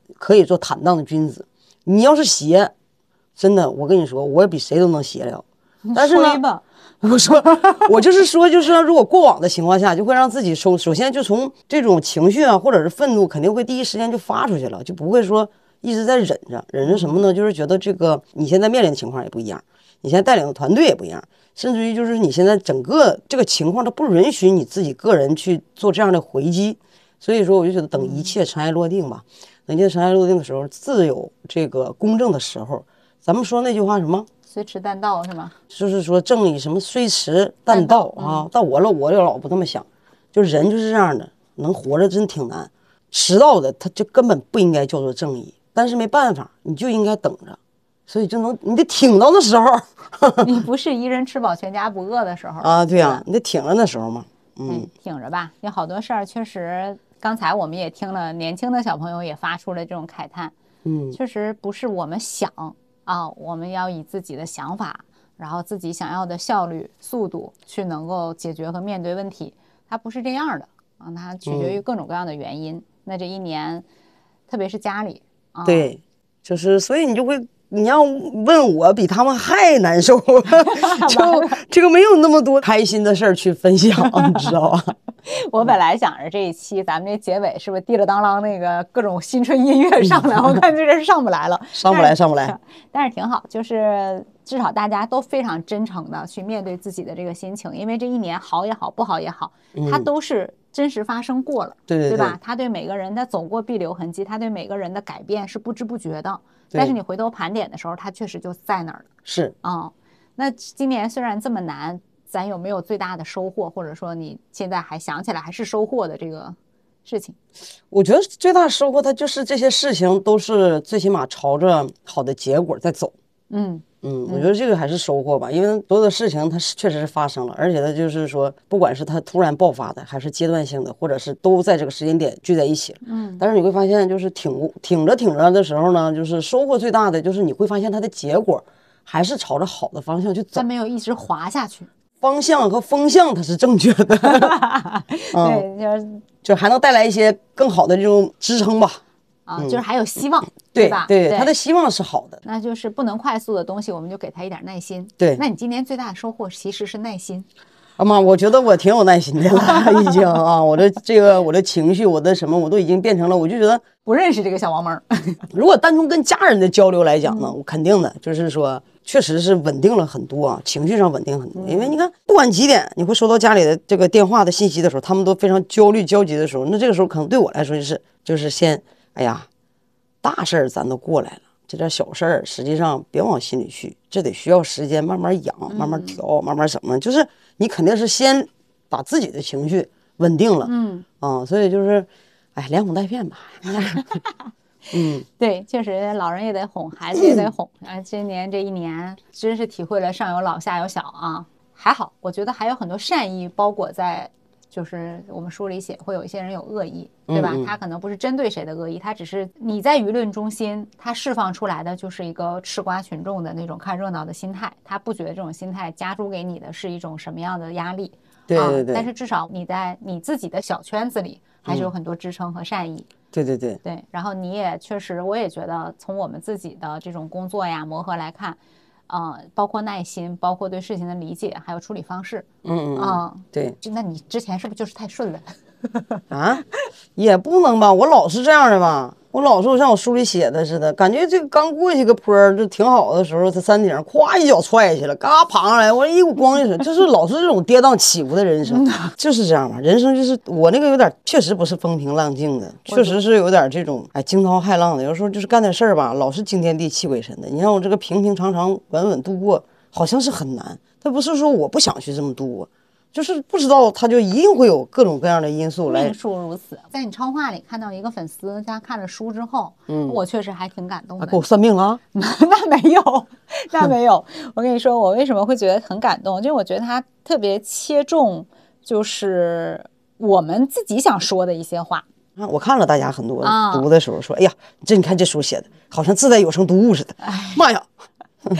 可以做坦荡的君子。你要是邪，真的，我跟你说，我也比谁都能邪了。但是呢，我说，我就是说，就是说，如果过往的情况下，就会让自己首首先就从这种情绪啊，或者是愤怒，肯定会第一时间就发出去了，就不会说一直在忍着。忍着什么呢？就是觉得这个你现在面临的情况也不一样，你现在带领的团队也不一样，甚至于就是你现在整个这个情况，它不允许你自己个人去做这样的回击。所以说，我就觉得等一切尘埃落定吧。等一切尘埃落定的时候，自有这个公正的时候。咱们说那句话什么？ 虽迟但到是吗？ 就是说正义什么虽迟但到啊！到我了，我就老不这么想，就人就是这样的，能活着真挺难。迟到的他就根本不应该叫做正义，但是没办法，你就应该等着，所以就能你得挺到那时候。 你不是一人吃饱全家不饿的时候啊？对呀、啊，你得挺着那时候嘛。嗯， 挺着吧。有好多事儿确实，刚才我们也听了，年轻的小朋友也发出了这种慨叹。 嗯， 确实不是我们想。啊，我们要以自己的想法，然后自己想要的效率、速度去能够解决和面对问题，它不是这样的啊，它取决于各种各样的原因。嗯、那这一年，特别是家里，啊、 对，就是所以你就会，你要问我比他们还难受，就这个没有那么多开心的事儿去分享，你知道吧？ 我本来想着这一期咱们这结尾是不是滴了当啷那个各种新春音乐上来，我看这人上不来了， 上不来上不来， 但是挺好，就是至少大家都非常真诚的去面对自己的这个心情，因为这一年好也好，不好也好，它都是真实发生过了， 对对对吧？他对每个人他走过必留痕迹，他对每个人的改变是不知不觉的，但是你回头盘点的时候，他确实就在那儿了。 是啊、嗯，那今年虽然这么难。咱有没有最大的收获，或者说你现在还想起来还是收获的这个事情？ 我觉得最大的收获，它就是这些事情都是最起码朝着好的结果在走。 嗯嗯，我觉得这个还是收获吧，因为所有的事情它是确实是发生了，而且它就是说，不管是它突然爆发的，还是阶段性的，或者是都在这个时间点聚在一起了。 嗯， 但是你会发现，就是挺挺着挺着的时候呢，就是收获最大的就是你会发现它的结果还是朝着好的方向去走， 它没有一直滑下去。 方向和风向它是正确的， 对，就是就还能带来一些更好的这种支撑吧。 啊，就是还有希望， 对吧？ 对，它的希望是好的。 那就是不能快速的东西，我们就给他一点耐心。 对， 那你今年最大的收获其实是耐心。 啊妈，我觉得我挺有耐心的了，已经啊，我的这个我的情绪，我的什么，我都已经变成了，我就觉得不认识这个小王妹儿。 如果单从跟家人的交流来讲呢，我肯定的就是说。确实是稳定了很多啊，情绪上稳定很多。因为你看，不管几点，你会收到家里的这个电话的信息的时候，他们都非常焦虑、焦急的时候，那这个时候可能对我来说就是就是先，哎呀，大事儿咱都过来了，这点小事儿实际上别往心里去，这得需要时间慢慢养、慢慢调、慢慢什么，就是你肯定是先把自己的情绪稳定了， 嗯啊，所以就是，哎，连哄带骗吧。嗯， 对，确实老人也得哄，孩子也得哄。啊，今年这一年真是体会了上有老下有小啊。还好，我觉得还有很多善意包裹在，就是我们书里写会有一些人有恶意，对吧？ 嗯嗯他可能不是针对谁的恶意，他只是你在舆论中心，他释放出来的就是一个吃瓜群众的那种看热闹的心态，他不觉得这种心态加诸给你的是一种什么样的压力。 对对对、 啊。但是至少你在你自己的小圈子里还是有很多支撑和善意。 嗯对对对对，然后你也确实，我也觉得从我们自己的这种工作呀磨合来看，呃，包括耐心，包括对事情的理解，还有处理方式， 嗯嗯啊， 对。 那你之前是不是就是太顺了？ 啊，也不能吧，我老是这样的吧。我老是像我书里写的似的，感觉这个刚过去个坡儿就挺好的时候，它山顶咵一脚踹下去了，嘎爬上来，我一股光一水，就是老是这种跌宕起伏的人生，就是这样吧。人生就是我那个有点，确实不是风平浪静的，确实是有点这种哎惊涛骇浪的。有时候就是干点事儿吧，老是惊天地泣鬼神的。你让我这个平平常常稳稳度过，好像是很难。它不是说我不想去这么度过。就是不知道，他就一定会有各种各样的因素来。 命数如此，在你超话里看到一个粉丝，他看了书之后， 嗯， 我确实还挺感动的。 他给我算命了、啊？ 那没有，那没有。我跟你说，我为什么会觉得很感动？就是我觉得他特别切中，就是我们自己想说的一些话。 啊，我看了大家很多读的时候说，啊、哎呀，这你看这书写的，好像自带有声读物似的。妈呀！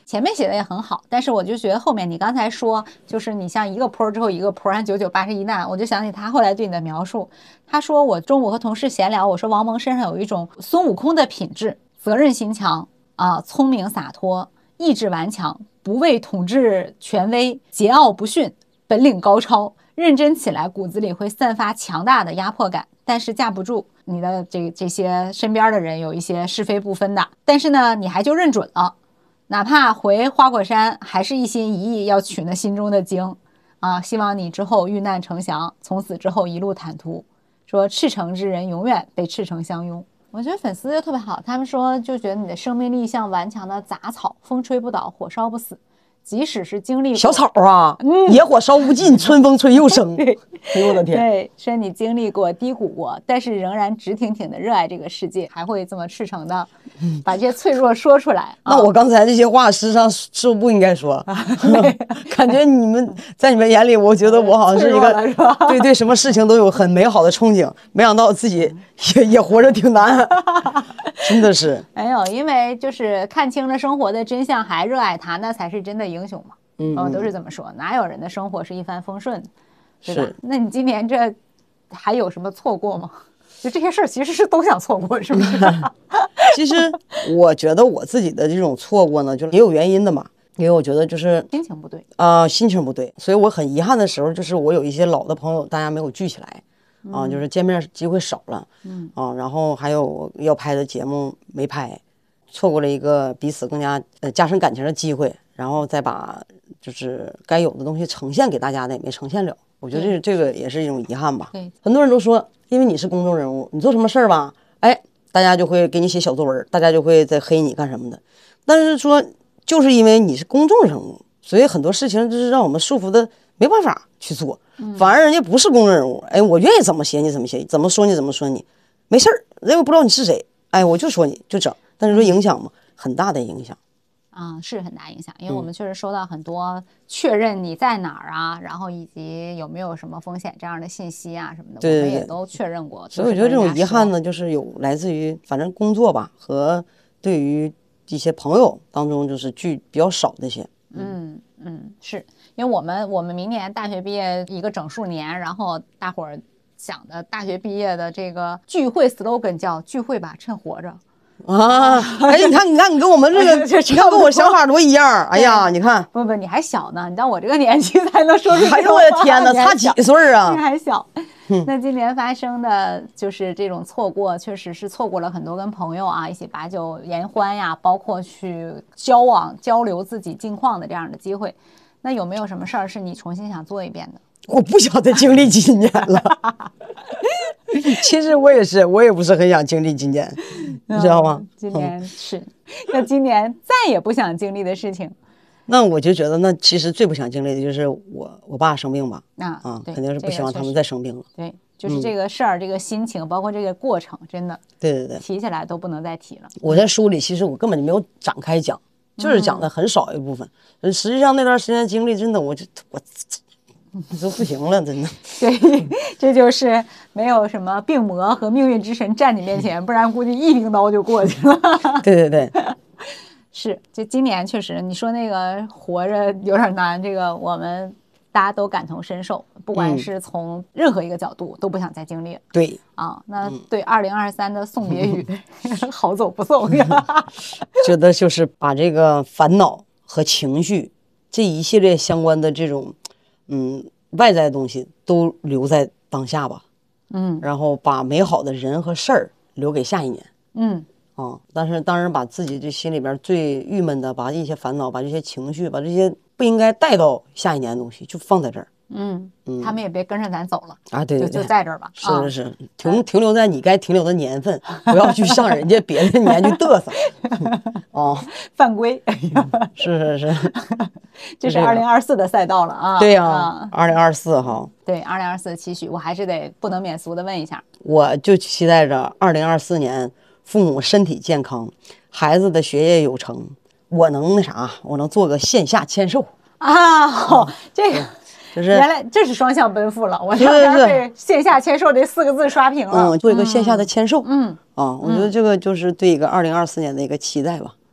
前面写的也很好，但是我就觉得后面你刚才说，就是你像一个坡之后一个坡，然后九九八十一难，我就想起他后来对你的描述。他说我中午和同事闲聊，我说王蒙身上有一种孙悟空的品质，责任心强啊，聪明洒脱，意志顽强，不畏统治权威，桀骜不驯，本领高超，认真起来骨子里会散发强大的压迫感，但是架不住你的这这些身边的人有一些是非不分的，但是呢你还就认准了，哪怕回花果山还是一心一意要取那心中的经啊！希望你之后遇难成祥，从此之后一路坦途。说赤诚之人永远被赤诚相拥。我觉得粉丝就特别好，他们说就觉得你的生命力像顽强的杂草，风吹不倒，火烧不死。即使是经历小草啊，嗯、野火烧不尽，春风吹又生。哎呦我的天！ 对，说你经历过低谷过，但是仍然直挺挺的热爱这个世界，还会这么赤诚的把这些脆弱说出来。 那我刚才这些话，实际上是不应该说。感觉你们在你们眼里，我觉得我好像是一个对对什么事情都有很美好的憧憬，没想到自己也也活着挺难，真的是。 没有，因为就是看清了生活的真相，还热爱它，那才是真的英雄嘛。嗯，嗯都是这么说，哪有人的生活是一帆风顺的？对吧？那你今年这还有什么错过吗？就这些事儿其实是都想错过，是不是？ 其实我觉得我自己的这种错过呢，就也有原因的嘛。因为我觉得就是心情不对啊、呃，心情不对，所以我很遗憾的时候，就是我有一些老的朋友，大家没有聚起来啊、呃，就是见面机会少了，嗯啊，然后还有我要拍的节目没拍，错过了一个彼此更加呃加深感情的机会，然后再把就是该有的东西呈现给大家的也没呈现了。我觉得这这个也是一种遗憾吧。 对， 很多人都说，因为你是公众人物，你做什么事儿吧，哎，大家就会给你写小作文，大家就会在黑你干什么的。但是说，就是因为你是公众人物，所以很多事情就是让我们束缚的没办法去做。反而人家不是公众人物，哎，我愿意怎么写你怎么写，怎么说你怎么说你，没事儿，人家不知道你是谁，哎，我就说你就整。但是说影响嘛，很大的影响。 啊、嗯，是很大影响，因为我们确实收到很多确认你在哪儿啊，嗯、然后以及有没有什么风险这样的信息啊什么的， 对对对， 我们也都确认过。 所以我觉得这种遗憾呢，就是有来自于反正工作吧和对于一些朋友当中就是聚比较少的些。 嗯嗯，是因为我们我们明年大学毕业一个整数年，然后大伙儿想的大学毕业的这个聚会 slogan 叫聚会吧，趁活着。 啊，哎，你看，你看，你跟我们这个，你看跟我想法多一样。哎呀，你看， 不不，你还小呢，你到我这个年纪才能说出。 哎呦我的天哪，差几岁啊？ 你还小。那今年发生的就是这种错过，确实是错过了很多跟朋友啊一起把酒言欢呀，包括去交往交流自己近况的这样的机会。那有没有什么事儿是你重新想做一遍的？ 我不晓得经历几年了。其实我也是，我也不是很想经历今年，你知道吗？ 嗯、今年是，那今年再也不想经历的事情， 那我就觉得，那其实最不想经历的就是我我爸生病吧。 啊啊，肯定是不希望他们再生病了。 对，就是这个事儿、嗯，这个心情，包括这个过程，真的， 对对对， 提起来都不能再提了。 我在书里其实我根本就没有展开讲，就是讲的很少一部分。嗯、实际上那段时间经历，真的，我就我。都不行了，真的。 对，这就是没有什么病魔和命运之神站你面前，不然估计一柄刀就过去了。 对对对， 是，就今年确实，你说那个活着有点难，这个我们大家都感同身受，不管是从任何一个角度、嗯、都不想再经历了。 对啊，那对二零二三的送别语，嗯、好走不送。 觉得就是把这个烦恼和情绪这一系列相关的这种。嗯，外在的东西都留在当下吧， 嗯， 然后把美好的人和事儿留给下一年， 嗯啊，但是当然把自己这心里边最郁闷的，把一些烦恼，把这些情绪，把这些不应该带到下一年的东西，就放在这儿， 嗯嗯，他们也别跟着咱走了啊，对对对，就就在这儿吧， 是是是，停停留在你该停留的年份，不要去上人家别的年去嘚瑟，哦， 犯规， 是是是。 这是二零二四的赛道了啊！ 对呀、啊，二零二四哈， 对二零二四的期许，我还是得不能免俗的问一下， 我就期待着二零二四年父母身体健康，孩子的学业有成，我能那啥，我能做个线下签售啊！哦、这个就是原来这是双向奔赴了，我差点被线下签售这四个字刷屏了。 嗯，做一个线下的签售， 嗯啊，我觉得这个就是对一个二零二四年的一个期待吧。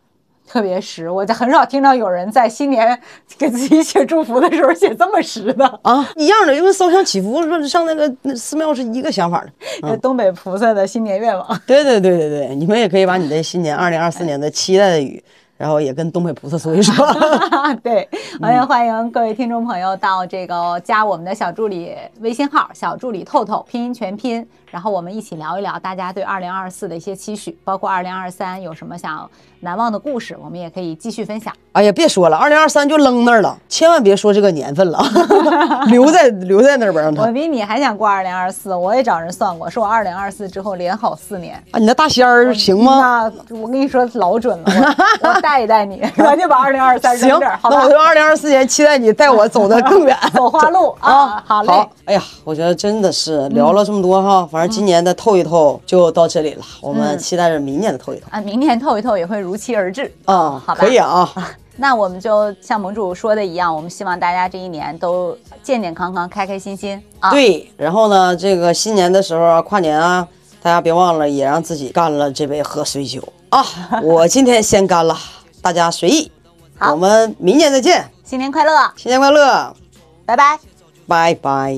特别实。我就很少听到有人在新年给自己写祝福的时候写这么实的啊，一样的，就跟烧香祈福上那个那寺庙是一个想法的。 嗯、东北菩萨的新年愿望。 对对对对对，你们也可以把你的新年二零二四年的期待的语。然后也跟东北菩萨说一说。 对，我也欢迎各位听众朋友到这个加我们的小助理微信号小助理透透拼音全拼，然后我们一起聊一聊大家对二零二四的一些期许，包括二零二三有什么想难忘的故事，我们也可以继续分享。 哎呀，别说了，二零二三就扔那儿了，千万别说这个年份了，留在留在那儿边。 我比你还想过二零二四，我也找人算过，说我二零二四之后连好四年啊。你那大仙儿行吗？ 那我跟你说老准了，我我带一带你，咱就把二零二三扔这儿，好吧？ 那我就二零二四年期待你带我走得更远， 走花路啊！好嘞。 好，哎呀，我觉得真的是聊了这么多哈，嗯、反正今年的透一透就到这里了，嗯、我们期待着明年的透一透啊，明年透一透也会如期而至啊， 好吧？ 可以啊。 那我们就像盟主说的一样，我们希望大家这一年都健健康康、开开心心啊。 对，然后呢，这个新年的时候啊，跨年啊，大家别忘了也让自己干了这杯贺岁酒啊。我今天先干了，大家随意。 好， 我们明年再见， 新年快乐， 新年快乐， 拜拜， 拜拜。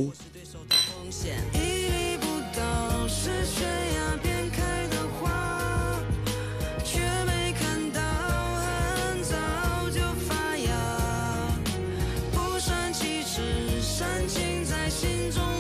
闪情在心中。